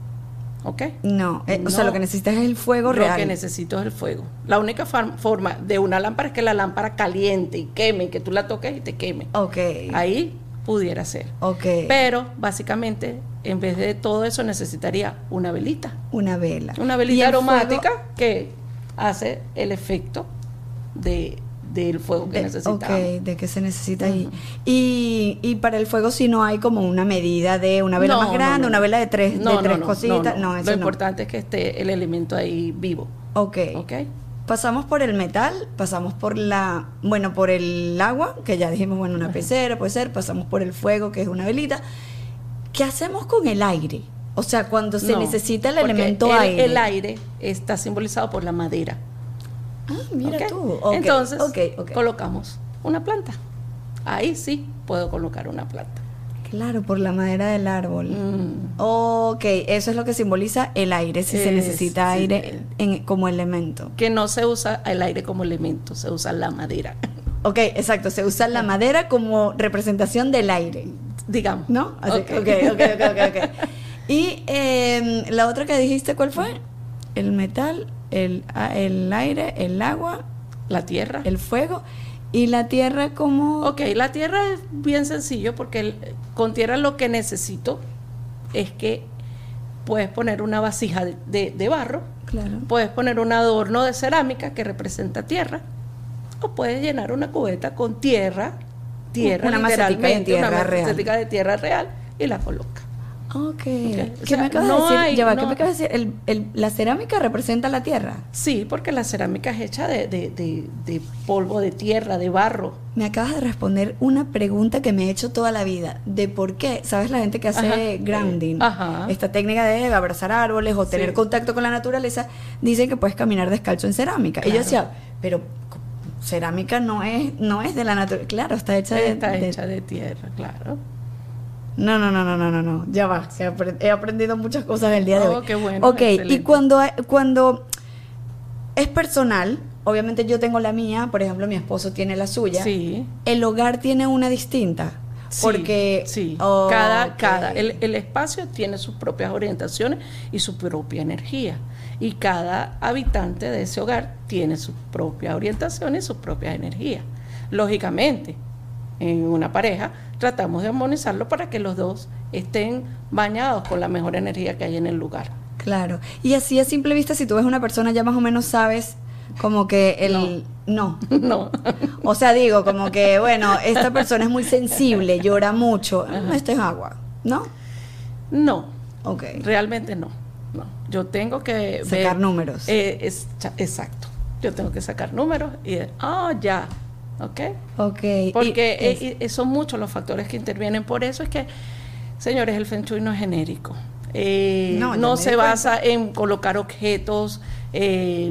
¿Ok? No, eh, o sea, No. lo que necesitas es el fuego Lo real. que necesito es el fuego. La única far- forma de una lámpara es que la lámpara caliente y queme, y que tú la toques y te queme. Ok. Ahí pudiera ser. Ok. Pero básicamente, en vez de todo eso, necesitaría una velita. Una vela. Una Y velita el aromática fuego- que hace el efecto de, del fuego que de- necesitamos. Ok, de que se necesita ahí. Y, y para el fuego si no hay como una medida de una vela No, más grande, no, no. una vela de tres, No, de no, tres no, cositas. no, No, no. eso Lo no. importante es que esté el elemento ahí vivo. Ok. ¿Ok? Pasamos por el metal, pasamos por la, bueno, por el agua, que ya dijimos, bueno, una pecera puede ser, pasamos por el fuego, que es una velita. ¿Qué hacemos con el aire? O sea, cuando se No, necesita el porque elemento el, aire. El aire está simbolizado por la madera. Ah, mira ¿Ok? tú. Ok, Entonces, ok, ok. colocamos una planta. Ahí sí puedo colocar una planta. Claro, por la madera del árbol. Mm. Ok, eso es lo que simboliza el aire, si se Es- necesita sí. aire en- como elemento. Que no se usa el aire como elemento, se usa la madera. Ok, exacto, se usa la madera como representación del aire, Digamos. ¿no? Así, Ok. ok, ok, ok, ok. ok. Y eh, la otra que dijiste, ¿cuál fue? El metal, el, a- el aire, el agua, La tierra. el fuego y la tierra como... Ok, la tierra es bien sencillo porque el- con tierra lo que necesito es que puedes poner una vasija de, de- de barro, Claro. puedes poner un adorno de cerámica que representa tierra, o puedes llenar una cubeta con tierra, tierra Una macetica de literalmente, tierra una real. macetica de tierra real y la coloca. Ok. ¿Qué O sea, me acabas no de decir? hay- Ya va, no- ¿qué me acabas de decir? El, el- la cerámica representa la tierra. Sí, porque la cerámica es hecha de, de- de- de polvo de tierra, de barro. Me acabas de responder una pregunta que me he hecho toda la vida, de por qué, ¿sabes? La gente que hace Ajá. grounding, Ajá. esta técnica de abrazar árboles o tener Sí. contacto con la naturaleza, dicen que puedes caminar descalzo en cerámica. Y yo Claro. decía, pero cerámica no es no es de la naturaleza. Claro, está hecha de... Está de- hecha de tierra, claro. No, no, no, no, no, no, no, ya va. He, apre- he aprendido muchas cosas el día de Oh, hoy. qué bueno, Ok, y excelente. cuando, cuando es personal, obviamente yo tengo la mía, por ejemplo, mi esposo tiene la suya. Sí. El hogar tiene una distinta. Sí, Porque sí, Oh, cada, ok. cada el, el espacio tiene sus propias orientaciones y su propia energía. Y cada habitante de ese hogar tiene su propia orientación y su propia energía. Lógicamente, en una pareja tratamos de armonizarlo para que los dos estén bañados con la mejor energía que hay en el lugar. Claro. Y así a simple vista, si tú ves una persona, ya más o menos sabes como que el... No. No. O sea, digo, como que, bueno, esta persona es muy sensible, llora mucho. Ah, esto es agua, ¿no? No, Ok. realmente no. No. Yo tengo que Sacar ver- números. Eh, es- cha- exacto. Yo tengo que sacar números y, ah, ya. ¿Ok? Ok. Porque Y es- eh, eh, son muchos los factores que intervienen. Por eso es que, señores, el Feng Shui no es genérico. Eh, No, no ya me se di basa en colocar objetos, eh,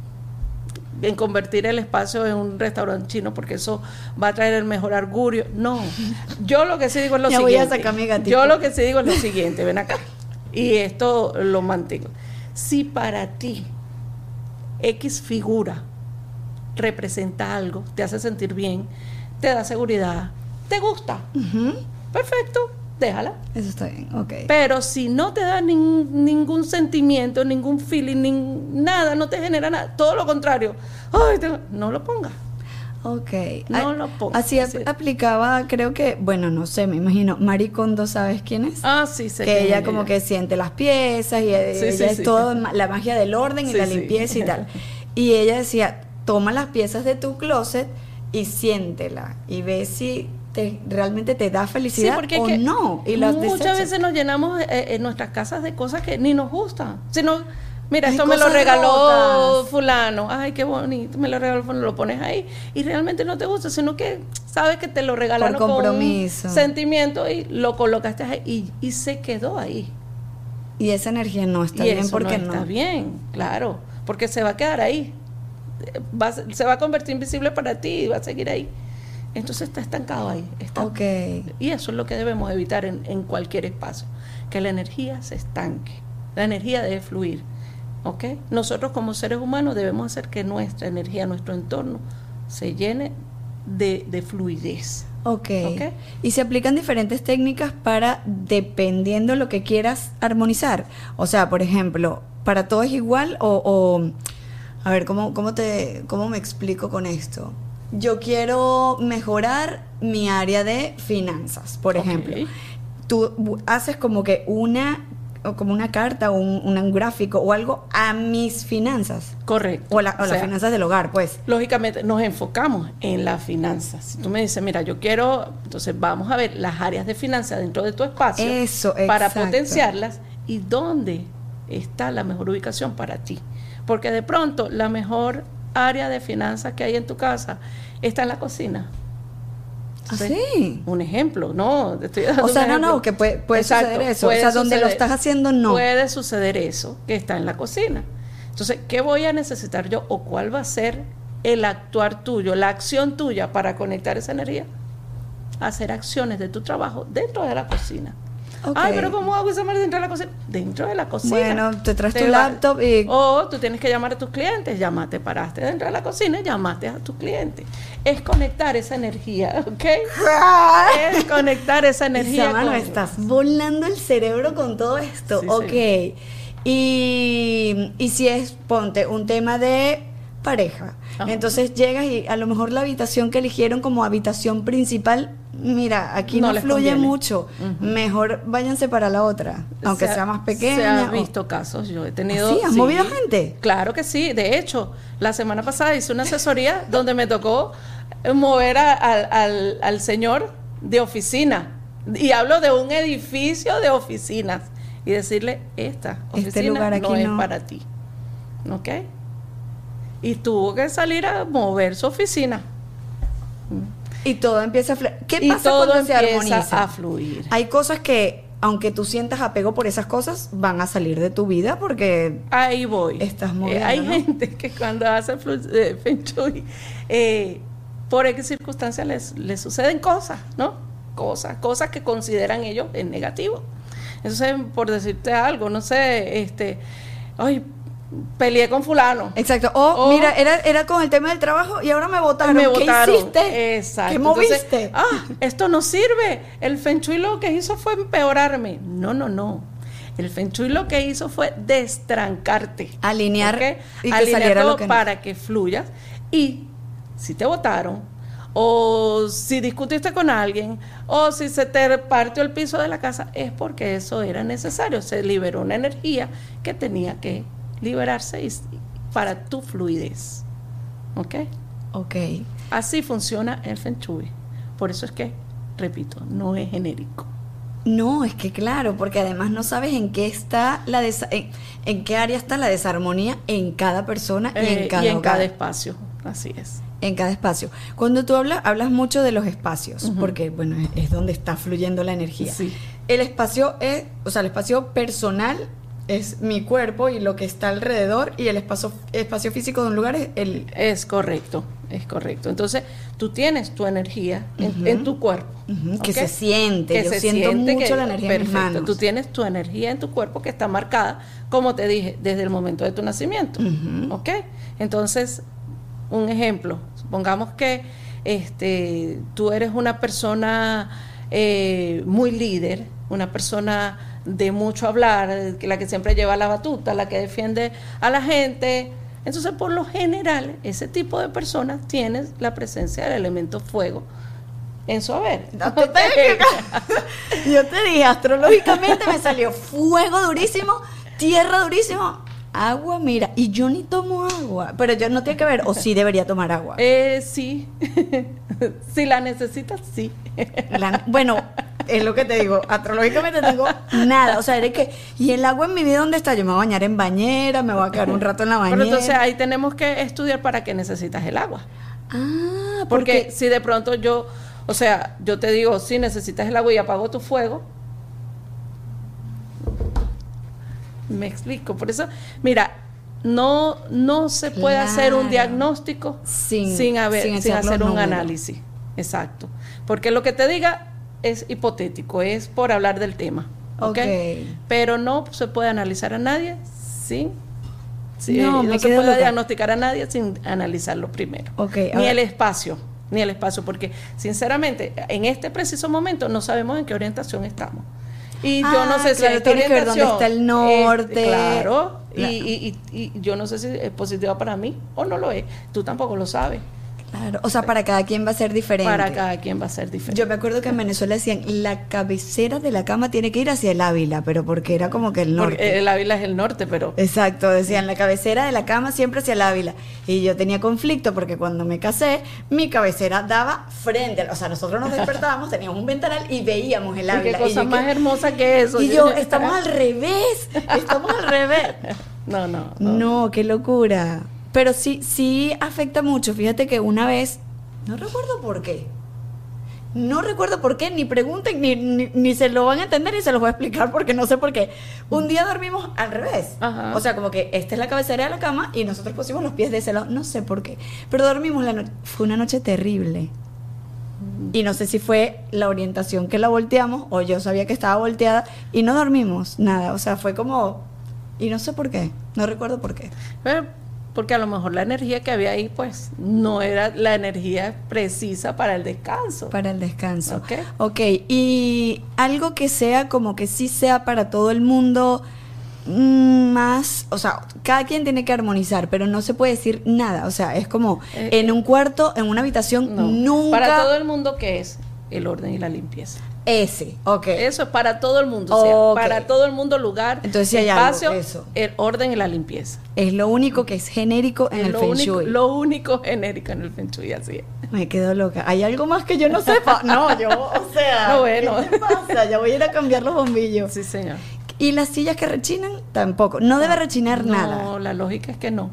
en convertir el espacio en un restaurante chino, porque eso va a traer el mejor augurio. No. Yo lo que sí digo es lo Ya voy a siguiente. sacar mi gatito. Yo lo que sí digo es lo siguiente. Ven acá. Y esto lo mantengo. Si para ti X figura representa algo, te hace sentir bien, te da seguridad, te gusta, Ujú. perfecto, déjala. Eso está bien, ok. Pero si no te da nin- ningún sentimiento, ningún feeling, nin- nada, no te genera nada, todo lo contrario, ay, te- no lo pongas. Ok. No A- lo pongas. Así Así ap- es. aplicaba, creo que, bueno, no sé, me imagino, Marie Kondo, ¿sabes quién es? Ah, sí, sé que quién ella es como ella. que siente las piezas y eh, Sí, ella sí, es sí. todo ma- la magia del orden y Sí, la sí. limpieza y tal. Y ella decía, toma las piezas de tu closet y siéntela y ve si te, realmente te da Sí, felicidad porque es o que no. Y las muchas desechas. veces nos llenamos eh, en nuestras casas de cosas que ni nos gustan. Sino, mira, Ay, esto me lo cosas regaló rotas. fulano. Ay, qué bonito, me lo regaló fulano, lo pones ahí. Y realmente no te gusta, sino que sabes que te lo regalaron Por con compromiso. un sentimiento y lo colocaste ahí y, y se quedó ahí. Y esa energía no está y bien eso porque no no. está bien, claro, porque se va a quedar ahí. Va a ser- se va a convertir invisible para ti y va a seguir ahí. Entonces está estancado ahí. Está, Ok. Y eso es lo que debemos evitar en, en cualquier espacio, que la energía se estanque. La energía debe fluir, ¿ok? Nosotros como seres humanos debemos hacer que nuestra energía, nuestro entorno, se llene de, de fluidez. Ok. Ok. Y se aplican diferentes técnicas para, dependiendo lo que quieras armonizar. O sea, por ejemplo, ¿para todo es igual? O, o a ver, ¿cómo, cómo, te, ¿cómo me explico con esto? Yo quiero mejorar mi área de finanzas, por Ok. ejemplo. Tú bu- haces como que una, o como una carta o un, un gráfico o algo a mis finanzas. Correcto. O, la- o O las sea, finanzas del hogar, pues. Lógicamente nos enfocamos en las finanzas. Si tú me dices, mira, yo quiero, entonces vamos a ver las áreas de finanzas dentro de tu espacio Eso, para exacto. potenciarlas y dónde está la mejor ubicación para ti. Porque de pronto la mejor área de finanzas que hay en tu casa está en la cocina. ¿Ah, ¿Sí? sí? Un ejemplo, no, te estoy dando O sea, un no, ejemplo. no, que puede, puede Exacto, suceder eso. puede O sea, donde lo suceder. estás haciendo, no. Puede suceder eso, que está en la cocina. Entonces, ¿qué voy a necesitar yo o cuál va a ser el actuar tuyo, la acción tuya para conectar esa energía? Hacer acciones de tu trabajo dentro de la cocina. Ok. Ay, pero ¿cómo hago esa manera dentro de la cocina? Dentro de la cocina. Bueno, te traes tu va- laptop y- O tú tienes que llamar a tus clientes. Ya te paraste dentro de la cocina y llamaste a tus clientes. Es conectar esa energía, ¿ok? Es conectar esa energía. Isa, mano, con- estás volando el cerebro con todo esto. Sí, ok. sí. Y, y si es, ponte, un tema de pareja. Ajá. Entonces llegas y a lo mejor la habitación que eligieron como habitación principal, mira, aquí No no, les fluye conviene. mucho. Ujú. Mejor váyanse para la otra, aunque Se ha- sea más Se pequeña. han o- visto casos, yo he tenido... ¿Ah, sí? ¿Has movido gente? Claro que sí, de hecho, la semana pasada hice una asesoría donde me tocó mover a- al- al, al señor de oficina, y hablo de un edificio de oficinas, y decirle, esta Este oficina lugar no aquí es no. para ti, ¿ok? Y tuvo que salir a mover su oficina. Y todo empieza a fluir. ¿Qué Y pasa todo cuando se empieza armoniza? a fluir. Hay cosas que, aunque tú sientas apego por esas cosas, van a salir de tu vida porque Ahí voy. Estás Eh, moviendo, hay ¿no? gente que cuando hace flu- eh, Feng Shui, eh, por X circunstancias les, les suceden cosas, ¿no? Cosas, cosas que consideran ellos en negativo. Entonces, por decirte algo, no sé, este, ay, peleé con fulano. Exacto. O, O- mira, era, era con el tema del trabajo y ahora me votaron. Me ¿Qué votaron. hiciste? Exacto. ¿Qué Entonces, moviste? ah, esto no sirve. El Feng Shui lo que hizo fue empeorarme. No, no, no. El Feng Shui lo que hizo fue destrancarte. Alinear ¿ok? y que Alinear saliera todo lo que no. para que fluyas. Y si te votaron, o si discutiste con alguien, o si se te partió el piso de la casa, es porque eso era necesario. Se liberó una energía que tenía que liberarse y, para tu fluidez. ¿Ok? Ok. Así funciona el Feng Shui. Por eso es que, repito, no es genérico. No, es que claro, porque además no sabes en qué está la desa- en, en qué área está la desarmonía en cada persona y Eh, en cada y en hogar, cada espacio. Así es. en cada espacio. Cuando tú hablas, hablas mucho de los espacios, Ujú. porque bueno, es, es donde está fluyendo la energía. Sí. El espacio es, o sea, el espacio personal es mi cuerpo y lo que está alrededor, y el espacio espacio físico de un lugar es el Es correcto, es correcto. Entonces, tú tienes tu energía en, Ujú. en tu cuerpo. Ujú, que ¿ok? se siente. Yo siento mucho la energía en mis perfecto. manos. Tú tienes tu energía en tu cuerpo que está marcada, como te dije, desde el momento de tu nacimiento. Ujú. ¿Ok? Entonces, un ejemplo. Supongamos que este, tú eres una persona eh, muy líder, una persona de mucho hablar, la que siempre lleva la batuta, la que defiende a la gente. Entonces, por lo general, ese tipo de personas tiene la presencia del elemento fuego en su haber. No te te- Yo te dije, astrológicamente me salió fuego durísimo, tierra durísimo, agua, mira, y yo ni tomo agua, pero yo no tiene que ver, o sí debería tomar agua. Eh, sí, si la necesitas, sí. La- bueno, es lo que te digo, astrológicamente tengo nada, o sea, de que, y el agua en mi vida, ¿dónde está? Yo me voy a bañar en bañera, me voy a quedar un rato en la bañera. Pero entonces ahí tenemos que estudiar para qué necesitas el agua. Ah, Porque porque, si de pronto yo, o sea, yo te digo, si necesitas el agua y apago tu fuego, me explico. Por eso, mira, no, no se puede Claro. hacer un diagnóstico Sin- sin, haber, sin sin, echar los hacer un números. análisis. Exacto. Porque lo que te diga es hipotético, es por hablar del tema. ¿Ok? Ok. Pero no se puede analizar a nadie sin... sí, No, no me se quedo puede loca. diagnosticar a nadie sin analizarlo primero. Ok, Ni ahora- el espacio, ni el espacio, porque sinceramente, en este preciso momento no sabemos en qué orientación estamos. Y yo Ah, no sé si claro, esta tiene que ver orientación dónde está el es- norte. claro, Claro. Y, y, y, y yo no sé si es positiva para mí o no lo es. Tú tampoco lo sabes. claro, o sea, para cada quien va a ser diferente. Para cada quien va a ser diferente. Yo me acuerdo que en Venezuela decían, la cabecera de la cama tiene que ir hacia el Ávila, pero porque era como que el norte. Porque el Ávila es el norte, pero... Exacto, decían la cabecera de la cama siempre hacia el Ávila. Y yo tenía conflicto porque cuando me casé, mi cabecera daba frente. al- O sea, nosotros nos despertábamos, teníamos un ventanal y veíamos el Y Ávila. qué cosa yo más que- hermosa que eso. Y yo, estamos al revés, estamos al revés. No, no, no. No, qué locura. Pero sí, sí afecta mucho. Fíjate que una vez, no recuerdo por qué. No recuerdo por qué, ni pregunten, ni, ni, ni se lo van a entender, ni se los voy a explicar porque no sé por qué. Un día dormimos al revés. Ajá. O sea, como que esta es la cabecera de la cama y nosotros pusimos los pies de ese lado. No sé por qué. Pero dormimos la noche. Fue una noche terrible. Y no sé si fue la orientación que la volteamos o yo sabía que estaba volteada y no dormimos nada. O sea, fue como... Y no sé por qué. No recuerdo por qué. Pero, porque a lo mejor la energía que había ahí, pues, no era la energía precisa para el descanso. Para el descanso. Ok. Ok, y algo que sea como que sí sea para todo el mundo mm, más, o sea, cada quien tiene que armonizar, pero no se puede decir nada. O sea, es como Eh, en un cuarto, en una habitación, No. nunca Para todo el mundo, ¿qué es? El orden y la limpieza. ese. Ok. Eso es para todo el mundo. O sea, Ok. para todo el mundo, lugar, Entonces, sí hay algo, espacio, eso. el orden y la limpieza. Es lo único que es genérico en Es el lo Feng único, Shui. lo único genérico en el Feng Shui, así es. Me quedo loca. ¿Hay algo más que yo no sepa? No, yo, o sea, No, bueno. ¿qué te pasa? Ya voy a ir a cambiar los bombillos. Sí, señor. Y las sillas que rechinan, tampoco. No debe rechinar No, nada. la lógica es que no.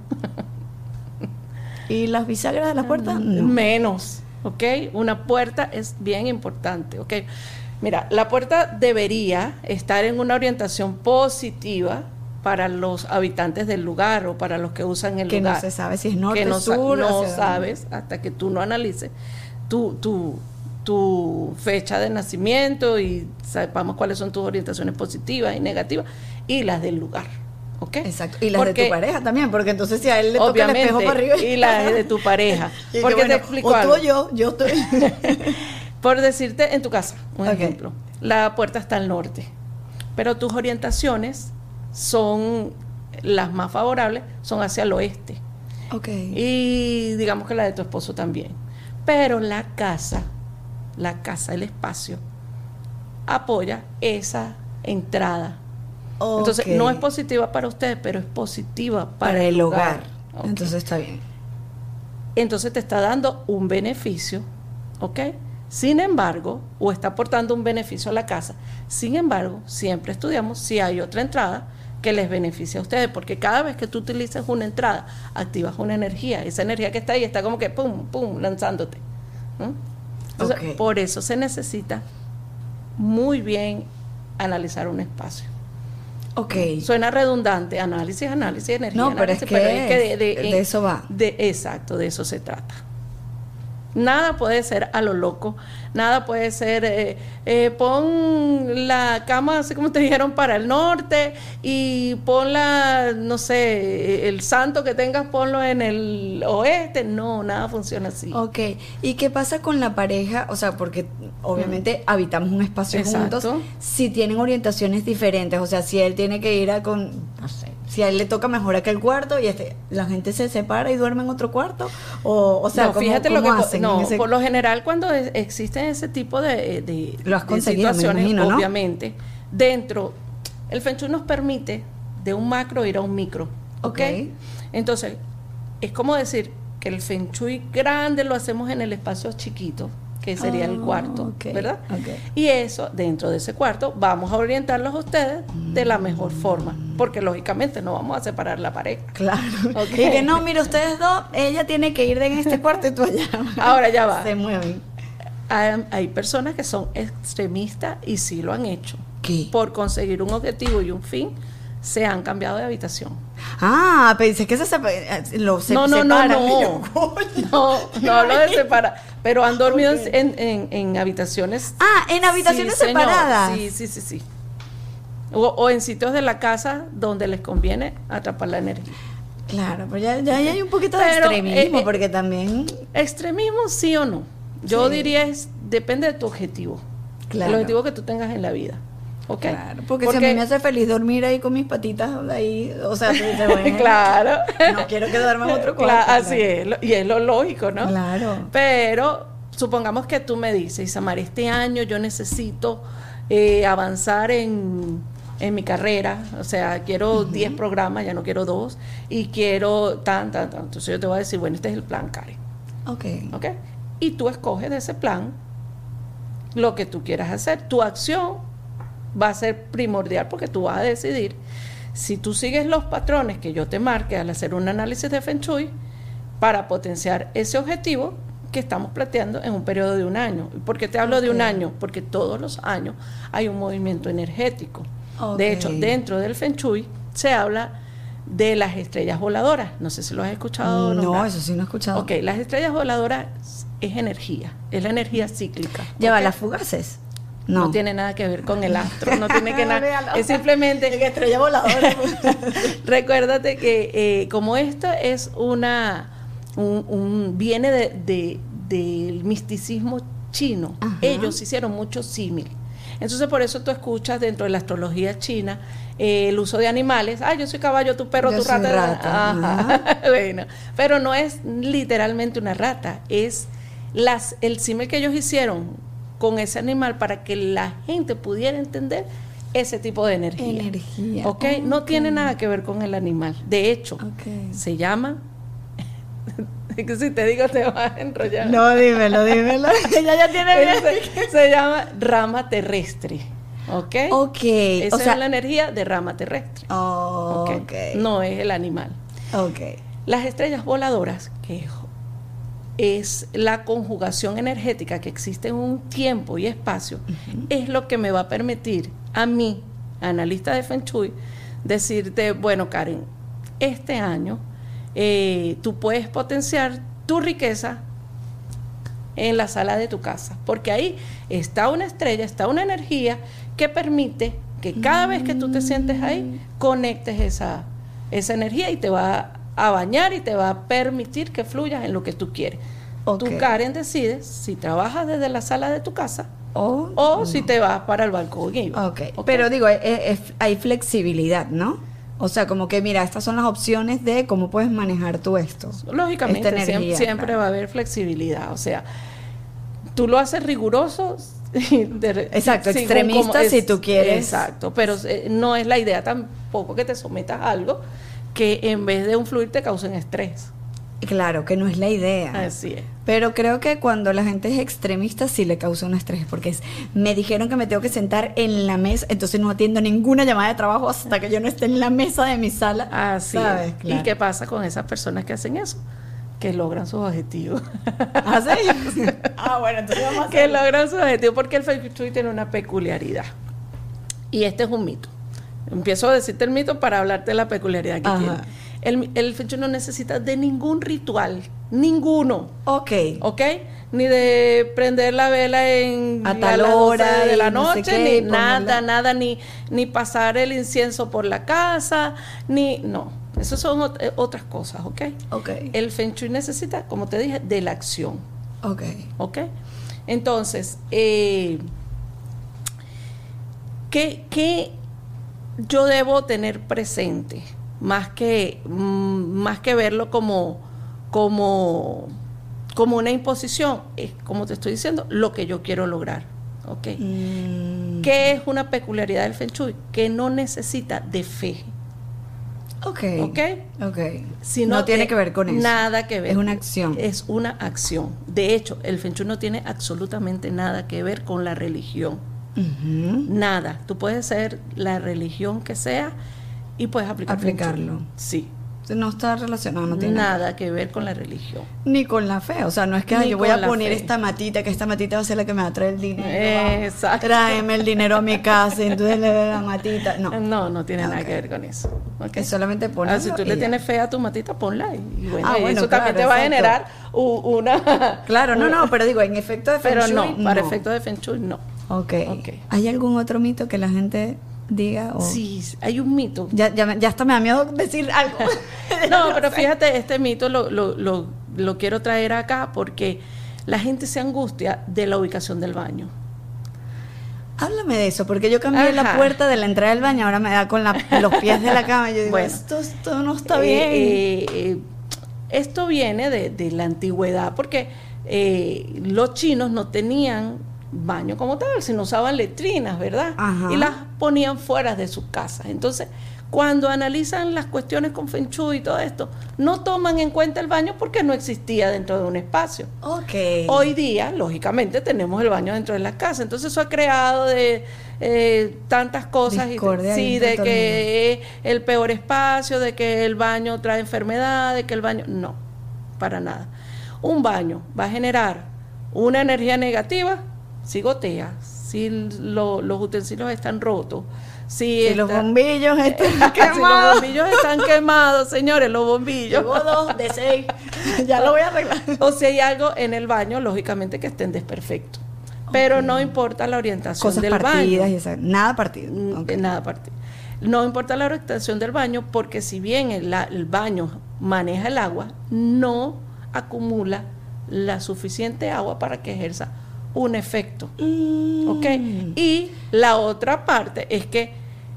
¿Y las bisagras de las puertas? Mm, No. Menos, ¿ok? Una puerta es bien importante, ¿ok? Mira, la puerta debería estar en una orientación positiva para los habitantes del lugar o para los que usan el Que lugar. no se sabe si es norte, que no, sa- sur, no hacia dónde. sabes hasta que tú no analices tu, tu, tu fecha de nacimiento y sepamos cuáles son tus orientaciones positivas y negativas y las del lugar, ¿ok? Exacto. Y las de Porque, tu pareja también, porque entonces si a él le toca el obviamente, espejo para arriba. y las de tu pareja. Y que Porque bueno, te explico o algo. tú o yo, yo estoy. Por decirte, en tu casa, un Ok. ejemplo, la puerta está al norte, pero tus orientaciones son las más favorables, son hacia el oeste. Ok. Y digamos que la de tu esposo también. Pero la casa, la casa, el espacio, apoya esa entrada. Entonces, Ok. no es positiva para ustedes, pero es positiva para, para el hogar. Ok. Entonces está bien. Entonces te está dando un beneficio, ¿ok? Sin embargo, o está aportando un beneficio a la casa. Sin embargo, siempre estudiamos si hay otra entrada que les beneficie a ustedes, porque cada vez que tú utilizas una entrada, activas una energía. Esa energía que está ahí está como que pum, pum, lanzándote. ¿no? Entonces, Ok. por eso se necesita muy bien analizar un espacio. Ok. Suena redundante, análisis, análisis, energía. No, pero es análisis, que de, de eso va. de- exacto, de eso se trata. Nada puede ser a lo loco, nada puede ser, eh, eh, pon la cama, así como te dijeron, para el norte y pon la, no sé, el santo que tengas, ponlo en el oeste. No, nada funciona así. Ok, ¿y qué pasa con la pareja? O sea, porque obviamente mm. habitamos un espacio Exacto. juntos, si tienen orientaciones diferentes, o sea, si él tiene que ir a con, no sé, si a él le toca mejor aquel cuarto y este, la gente se separa y duerme en otro cuarto, o, o sea, no, ¿cómo, fíjate cómo lo que hacen no, ese... por lo general cuando es, existen ese tipo de, de, lo has de conseguido, situaciones, me imagino, ¿no? obviamente, dentro, el Feng Shui nos permite de un macro ir a un micro, ¿ok? Okay. Entonces, es como decir que el Feng Shui grande lo hacemos en el espacio chiquito, que sería oh, el cuarto, okay, ¿verdad? Okay. Y eso, dentro de ese cuarto, vamos a orientarlos a ustedes de la mejor forma, porque lógicamente no vamos a separar la pareja. Claro. Okay. Y que no, mira, ustedes dos, ella tiene que ir en este cuarto y tú allá. Ahora ya va. Se mueven. Hay, hay personas que son extremistas y sí lo han hecho. ¿Qué? Por conseguir un objetivo y un fin, se han cambiado de habitación. Ah, pensé que se separa, lo se no, no, separan. no, no, Yo, no, no hablo de separar, pero han dormido Okay. en, en, en habitaciones. Ah, en habitaciones sí, separadas. Señor. Sí, sí, sí, sí. O, o en sitios de la casa donde les conviene atrapar la energía. Claro, pero ya, ya, ya hay un poquito de Pero, extremismo, eh, eh, porque también... Extremismo, sí o no. Yo Sí. diría es, depende de tu objetivo. Claro. El objetivo que tú tengas en la vida. ¿Okay? Claro, porque, porque si a mí me hace feliz dormir ahí con mis patitas ahí, o sea, tú dices, bueno, claro. No quiero que duerma en otro cuarto. Claro, así claro. es, lo, y es lo lógico, ¿no? Claro. Pero supongamos que tú me dices, Isamar, este año yo necesito eh, avanzar en, en mi carrera, o sea, quiero diez uh-huh. programas, ya no quiero dos, y quiero tan, tan, tan. Entonces yo te voy a decir, bueno, este es el plan, Karen. Ok. Ok. Y tú escoges de ese plan lo que tú quieras hacer. Tu acción va a ser primordial porque tú vas a decidir si tú sigues los patrones que yo te marque al hacer un análisis de Feng Shui para potenciar ese objetivo que estamos planteando en un periodo de un año. ¿Por qué te hablo okay. de un año? Porque todos los años hay un movimiento energético. Okay. De hecho, dentro del Feng Shui se habla de las estrellas voladoras. No sé si lo has escuchado. No, nombrar. Eso sí no he escuchado. Ok, las estrellas voladoras es energía, es la energía cíclica. ¿Lleva ¿okay? las fugaces? No. No tiene nada que ver con el astro, no tiene que nada, es simplemente que estrella voladora. Recuérdate que eh, como esto es una un, un viene de, de, del misticismo chino, ajá. Ellos hicieron mucho símil. Entonces por eso tú escuchas dentro de la astrología china eh, el uso de animales. Ah, yo soy caballo, tu perro, yo tu rata. rata. Ajá. Bueno, pero no es literalmente una rata, es las el símil que ellos hicieron con ese animal para que la gente pudiera entender ese tipo de energía. Energía. ¿Ok? Okay. No tiene nada que ver con el animal. De hecho, okay. se llama... Es que si te digo te vas a enrollar. No, dímelo, dímelo. Ella ya tiene... se, se llama rama terrestre. ¿Ok? Ok. Esa o sea, es la energía de rama terrestre. Oh, okay. ok. No es el animal. Ok. Las estrellas voladoras, que es la conjugación energética que existe en un tiempo y espacio, uh-huh. es lo que me va a permitir a mí, analista de Feng Shui, decirte, bueno, Karen, este año eh, tú puedes potenciar tu riqueza en la sala de tu casa, porque ahí está una estrella, está una energía que permite que cada vez que tú te sientes ahí, conectes esa, esa energía y te va a a bañar y te va a permitir que fluyas en lo que tú quieres. Okay. Tú, Karen, decides si trabajas desde la sala de tu casa oh, o no. si te vas para el balcón. Okay. Okay. Pero digo, es, es, hay flexibilidad, ¿no? O sea, como que mira, estas son las opciones de cómo puedes manejar tú esto. Lógicamente, energía, siempre, siempre claro. va a haber flexibilidad. O sea, tú lo haces riguroso. De, exacto, extremista es, si tú quieres. Exacto, pero eh, no es la idea tampoco que te sometas a algo que en vez de un fluir te causen estrés. Claro, que no es la idea. Así es. Pero creo que cuando la gente es extremista sí le causa un estrés, porque es, me dijeron que me tengo que sentar en la mesa, entonces no atiendo ninguna llamada de trabajo hasta que yo no esté en la mesa de mi sala. Así es. Claro. ¿Y qué pasa con esas personas que hacen eso? Que logran sus objetivos. ¿Ah, sí? Ah, bueno, entonces vamos a hacerlo. Que logran sus objetivos, porque el Feng Shui tiene una peculiaridad. Y este es un mito. Empiezo a decirte el mito para hablarte de la peculiaridad que Ajá. tiene. El, el Feng Shui no necesita de ningún ritual, ninguno. Ok. ¿Ok? Ni de prender la vela en a tal a las hora doce de la y no sé noche, qué, ni y ponerla- nada, nada, ni, ni pasar el incienso por la casa, ni, no, eso son ot- eh, otras cosas, ¿ok? Ok. El Feng Shui necesita, como te dije, de la acción, Ok. ¿ok? Entonces, eh, ¿qué, qué yo debo tener presente? Más que, mm, más que verlo como, como, como una imposición, es como te estoy diciendo, lo que yo quiero lograr. ¿Ok? Mm, ¿Qué es una peculiaridad del Feng Shui? Que no necesita de fe. ok. ¿Ok? Ok. Sino no tiene de que ver con eso. Nada que ver. Es una acción. Es una acción. De hecho, el Feng Shui no tiene absolutamente nada que ver con la religión. Ujú. Nada. Tú puedes ser la religión que sea y puedes aplicar Feng Shui. Aplicarlo. Sí. No está relacionado, no tiene Nada que ver con la religión. ni con la fe. O sea, no es que Ni ay, yo voy con a la poner fe. esta matita, que esta matita va a ser la que me va a traer el dinero. vamos. Exacto. Tráeme el dinero a mi casa, entonces le doy la matita. No. No, no tiene nada Ok. que ver con eso. ¿Ok? Es solamente Ah, ponerlo si tú y le ya. tienes fe a tu matita, ponla. Y, y bueno, Ah, y bueno, eso claro, también te va a exacto. generar u- una... Claro, no, no, pero digo, en efecto de Feng Pero Shui, no, para efectos de Feng Shui, no. Ok. Ok. ¿Hay algún otro mito que la gente diga? O... Sí, hay un mito. Ya, ya, me- ya hasta me da miedo decir algo. No, pero fíjate, este mito lo, lo, lo, lo quiero traer acá porque la gente se angustia de la ubicación del baño. Háblame de eso, porque yo cambié la Ajá. puerta de la entrada del baño, ahora me da con la- los pies de la cama. Yo digo, Bueno. esto, esto no está Eh, bien. eh, eh, esto viene de, de la antigüedad porque eh, los chinos no tenían baño como tal, sino usaban letrinas, ¿verdad? Ajá. Y las ponían fuera de sus casas. Entonces, cuando analizan las cuestiones con Feng Shui y todo esto, no toman en cuenta el baño porque no existía dentro de un espacio. Ok. Hoy día, lógicamente, tenemos el baño dentro de las casas. Entonces eso ha creado de eh, tantas cosas. Discordia Y, sí, ahí de entre todo el que es el peor espacio, de que el baño trae enfermedad, de que el baño... No, para nada. Un baño va a generar una energía negativa si gotea, si lo- los utensilios están rotos, si, Si los está- bombillos están si los quemados. bombillos están quemados, señores, los bombillos. Llevo dos de seis. Ya lo voy a arreglar. O si hay algo en el baño, lógicamente que estén desperfectos. Pero no importa la orientación Cosas del partidas baño. y esa, nada partido. Mm, Ok. Nada partido. No importa la orientación del baño, porque si bien el, la- el baño maneja el agua, no acumula la suficiente agua para que ejerza un efecto. Mm. ¿Ok? Y la otra parte es que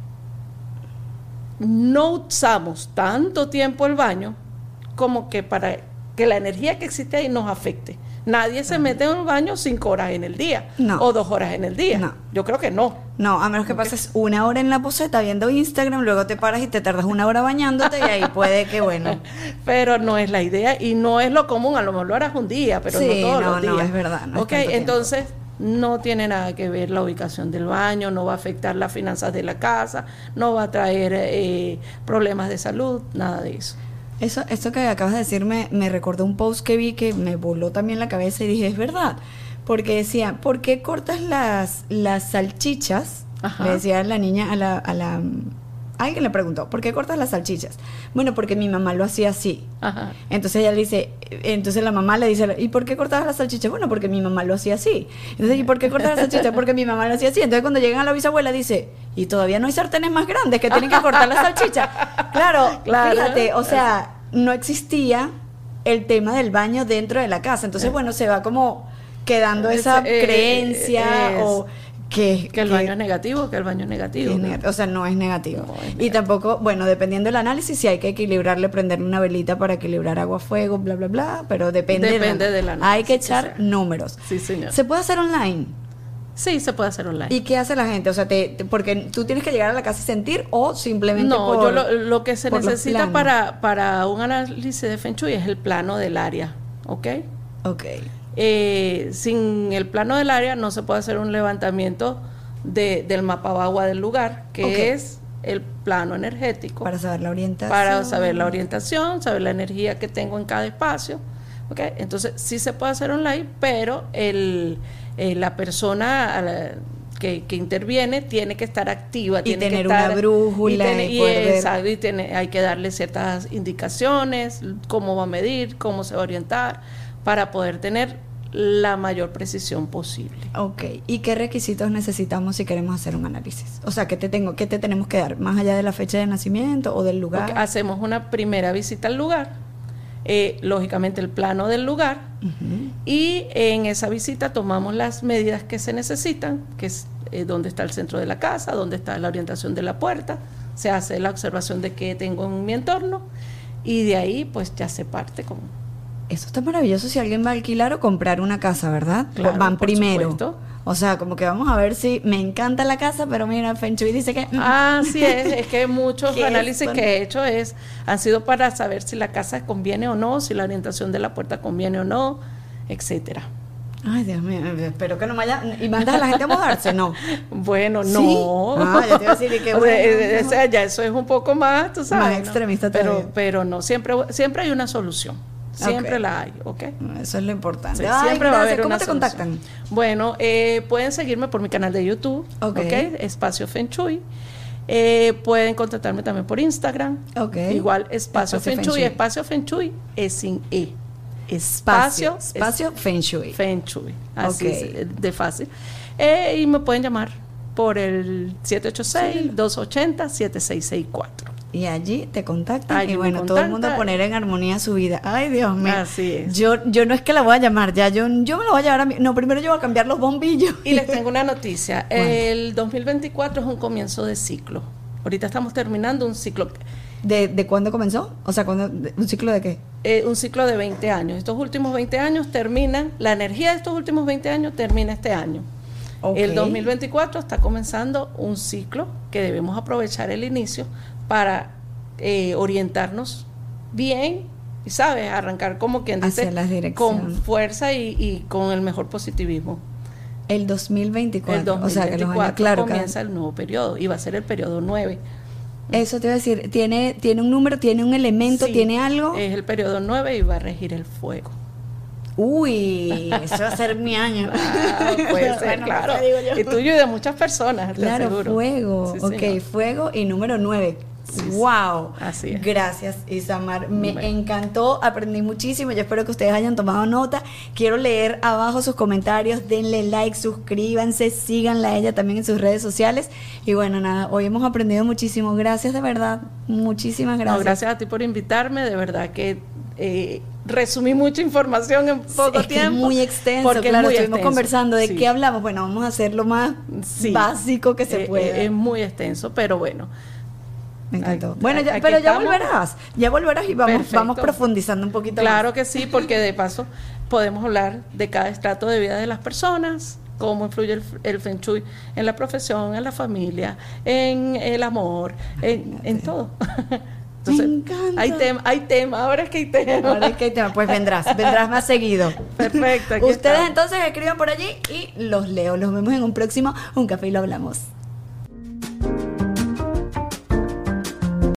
no usamos tanto tiempo el baño como que para que la energía que existe ahí nos afecte. Nadie se mete en el baño cinco horas en el día No. o dos horas en el día. No. Yo creo que no. No, a menos que pases una hora en la poseta viendo Instagram, luego te paras y te tardas una hora bañándote y ahí puede que, bueno. Pero no es la idea y no es lo común. A lo mejor lo harás un día, pero Sí, no todos no, los días. no, es verdad, no es Ok, tanto tiempo. entonces no tiene nada que ver la ubicación del baño, no va a afectar las finanzas de la casa, no va a traer eh, problemas de salud, nada de eso. Eso, esto que acabas de decir me, me recordó un post que vi que me voló también la cabeza y dije, es verdad. Porque decía, ¿por qué cortas las, las salchichas? Ajá. Le decía a la niña, a la, a la... Alguien le preguntó, ¿por qué cortas las salchichas? Bueno, porque mi mamá lo hacía así. Ajá. Entonces ella le dice, entonces la mamá le dice, ¿y por qué cortabas las salchichas? Bueno, porque mi mamá lo hacía así. Entonces, ¿y por qué cortas las salchichas? Porque mi mamá lo hacía así. Entonces cuando llegan a la bisabuela dice, y todavía no hay sartenes más grandes que tienen que cortar las salchichas. Claro, Claro. fíjate, o sea, no existía el tema del baño dentro de la casa. Entonces, bueno, se va como quedando esa Es- eh, creencia es- o que, Que el que- baño es negativo, que el baño es negativo. es ¿no? neg- o sea, no es negativo. No, es Y negativo. tampoco, bueno, dependiendo del análisis, si hay que equilibrarle, prenderle una velita para equilibrar agua, fuego, bla, bla, bla, pero depende, Depende del análisis, Hay que o echar sea. números. Sí, señor. ¿Se puede hacer online? Sí, se puede hacer online. ¿Y qué hace la gente? O sea, te, te- porque tú tienes que llegar a la casa y sentir o simplemente No, por- yo lo, lo que se por los necesita planos? para, para un análisis de Feng Shui es el plano del área, ¿ok? Ok. Eh, sin el plano del área no se puede hacer un levantamiento de, del mapa agua del lugar, que Ok. es el plano energético, Para saber la orientación. para saber la orientación, saber la energía que tengo en cada espacio, ¿ok? Entonces sí se puede hacer online, pero el, eh, la persona a la- que, que interviene tiene que estar activa, y tiene tener que estar, una brújula y, tener, y y, poder ver. exacto, y tiene, hay que darle ciertas indicaciones, cómo va a medir, cómo se va a orientar, para poder tener la mayor precisión posible. Ok, ¿y qué requisitos necesitamos si queremos hacer un análisis? O sea, ¿qué te tengo, qué te tenemos que dar? ¿Más allá de la fecha de nacimiento o del lugar? Porque hacemos una primera visita al lugar, eh, lógicamente el plano del lugar, Uh-huh. y en esa visita tomamos las medidas que se necesitan, que es eh, dónde está el centro de la casa, dónde está la orientación de la puerta, se hace la observación de qué tengo en mi entorno, y de ahí pues ya se parte con... Eso está maravilloso si alguien va a alquilar o comprar una casa, ¿verdad? Claro, Van por primero. supuesto. O sea, como que vamos a ver si me encanta la casa, pero mira, Feng Shui dice que... Ah, sí es, es que muchos ¿Qué análisis son? que he hecho es, han sido para saber si la casa conviene o no, si la orientación de la puerta conviene o no, etcétera. Ay, Dios mío, espero que no me haya... ¿Y mandas a la gente a mudarse? No. Bueno, ¿Sí? no. Ah, ya te iba a decir, y qué O sea, bueno. eh, o sea, ya eso es un poco más, tú sabes. Más ¿no? extremista pero, todavía. pero no, siempre, siempre hay una solución. Siempre Ok. la hay, ¿ok? Eso es lo importante. Sí, Ay, siempre va a gracias. haber ¿Cómo una te solución. contactan? Bueno, eh, pueden seguirme por mi canal de YouTube, Ok. ¿ok? Espacio Feng Shui. Eh, pueden contactarme también por Instagram. Ok. Igual Espacio, Espacio Feng Feng Shui. Shui. Espacio Feng Shui es sin E. Espacio. Espacio. Espacio Feng Shui. Feng Shui. Así Ok. es, de fácil. Eh, y me pueden llamar por el siete ocho seis, dos ocho cero, siete seis seis cuatro. Y allí te contactan Allí y me bueno, todo el mundo a contacta. poner en armonía su vida. Ay, Dios mío. Así es. Yo, yo no es que la voy a llamar, ya yo, yo me lo voy a llevar a mí. No, primero yo voy a cambiar los bombillos. Y les tengo una noticia. Bueno. El dos mil veinticuatro es un comienzo de ciclo. Ahorita estamos terminando un ciclo, ¿De, de cuándo comenzó? O sea, ¿cuándo, de- ¿un ciclo de qué? eh, un ciclo de veinte años. Estos últimos veinte años terminan, la energía de estos últimos veinte años termina este año. Ok. El dos mil veinticuatro está comenzando un ciclo que debemos aprovechar el inicio para eh, orientarnos bien y, ¿sabes? Arrancar como quien dice, Hacia las direcciones. con fuerza y, y con el mejor positivismo. El dos mil veinticuatro. El dos mil o sea, que los veinticuatro años, claro, cada- comienza el nuevo periodo y va a ser el periodo nueve. eso te iba a decir, ¿tiene, tiene un número, tiene un elemento, Sí, tiene algo? Es el periodo nueve y va a regir el fuego. Uy, eso va a ser mi año. Ah, puede ser, Bueno, claro. no sé, digo yo. Y tuyo y de muchas personas, te Claro, aseguro. fuego. Sí, ok, señor. fuego y número nueve. Sí, sí. Wow. Así es. Gracias, Isamar. Me Bueno. encantó, aprendí muchísimo. Yo espero que ustedes hayan tomado nota. Quiero leer abajo sus comentarios. Denle like, suscríbanse, síganla a ella también en sus redes sociales. Y bueno, nada, hoy hemos aprendido muchísimo. Gracias de verdad. Muchísimas No, gracias. gracias a ti por invitarme, de verdad que eh, resumí mucha información en poco es que tiempo. es muy extenso, porque es claro, muy estuvimos extenso. conversando de Sí. qué hablamos. Bueno, vamos a hacer lo más Sí. básico que se Eh, pueda. eh, es muy extenso, pero bueno. Me encantó. Aquí- Bueno, ya, aquí pero ya estamos. volverás, ya volverás y vamos, Perfecto. vamos profundizando un poquito Claro más. que sí, porque de paso podemos hablar de cada estrato de vida de las personas, cómo influye el, el Feng Shui en la profesión, en la familia, en el amor, en, en todo. Entonces, encanta. Hay tema, hay tema, ahora es que hay tema. Ahora es que hay tema, pues vendrás, vendrás más seguido. Perfecto. aquí Ustedes estamos. entonces escriban por allí y los leo. Los vemos en un próximo Un Café y lo hablamos.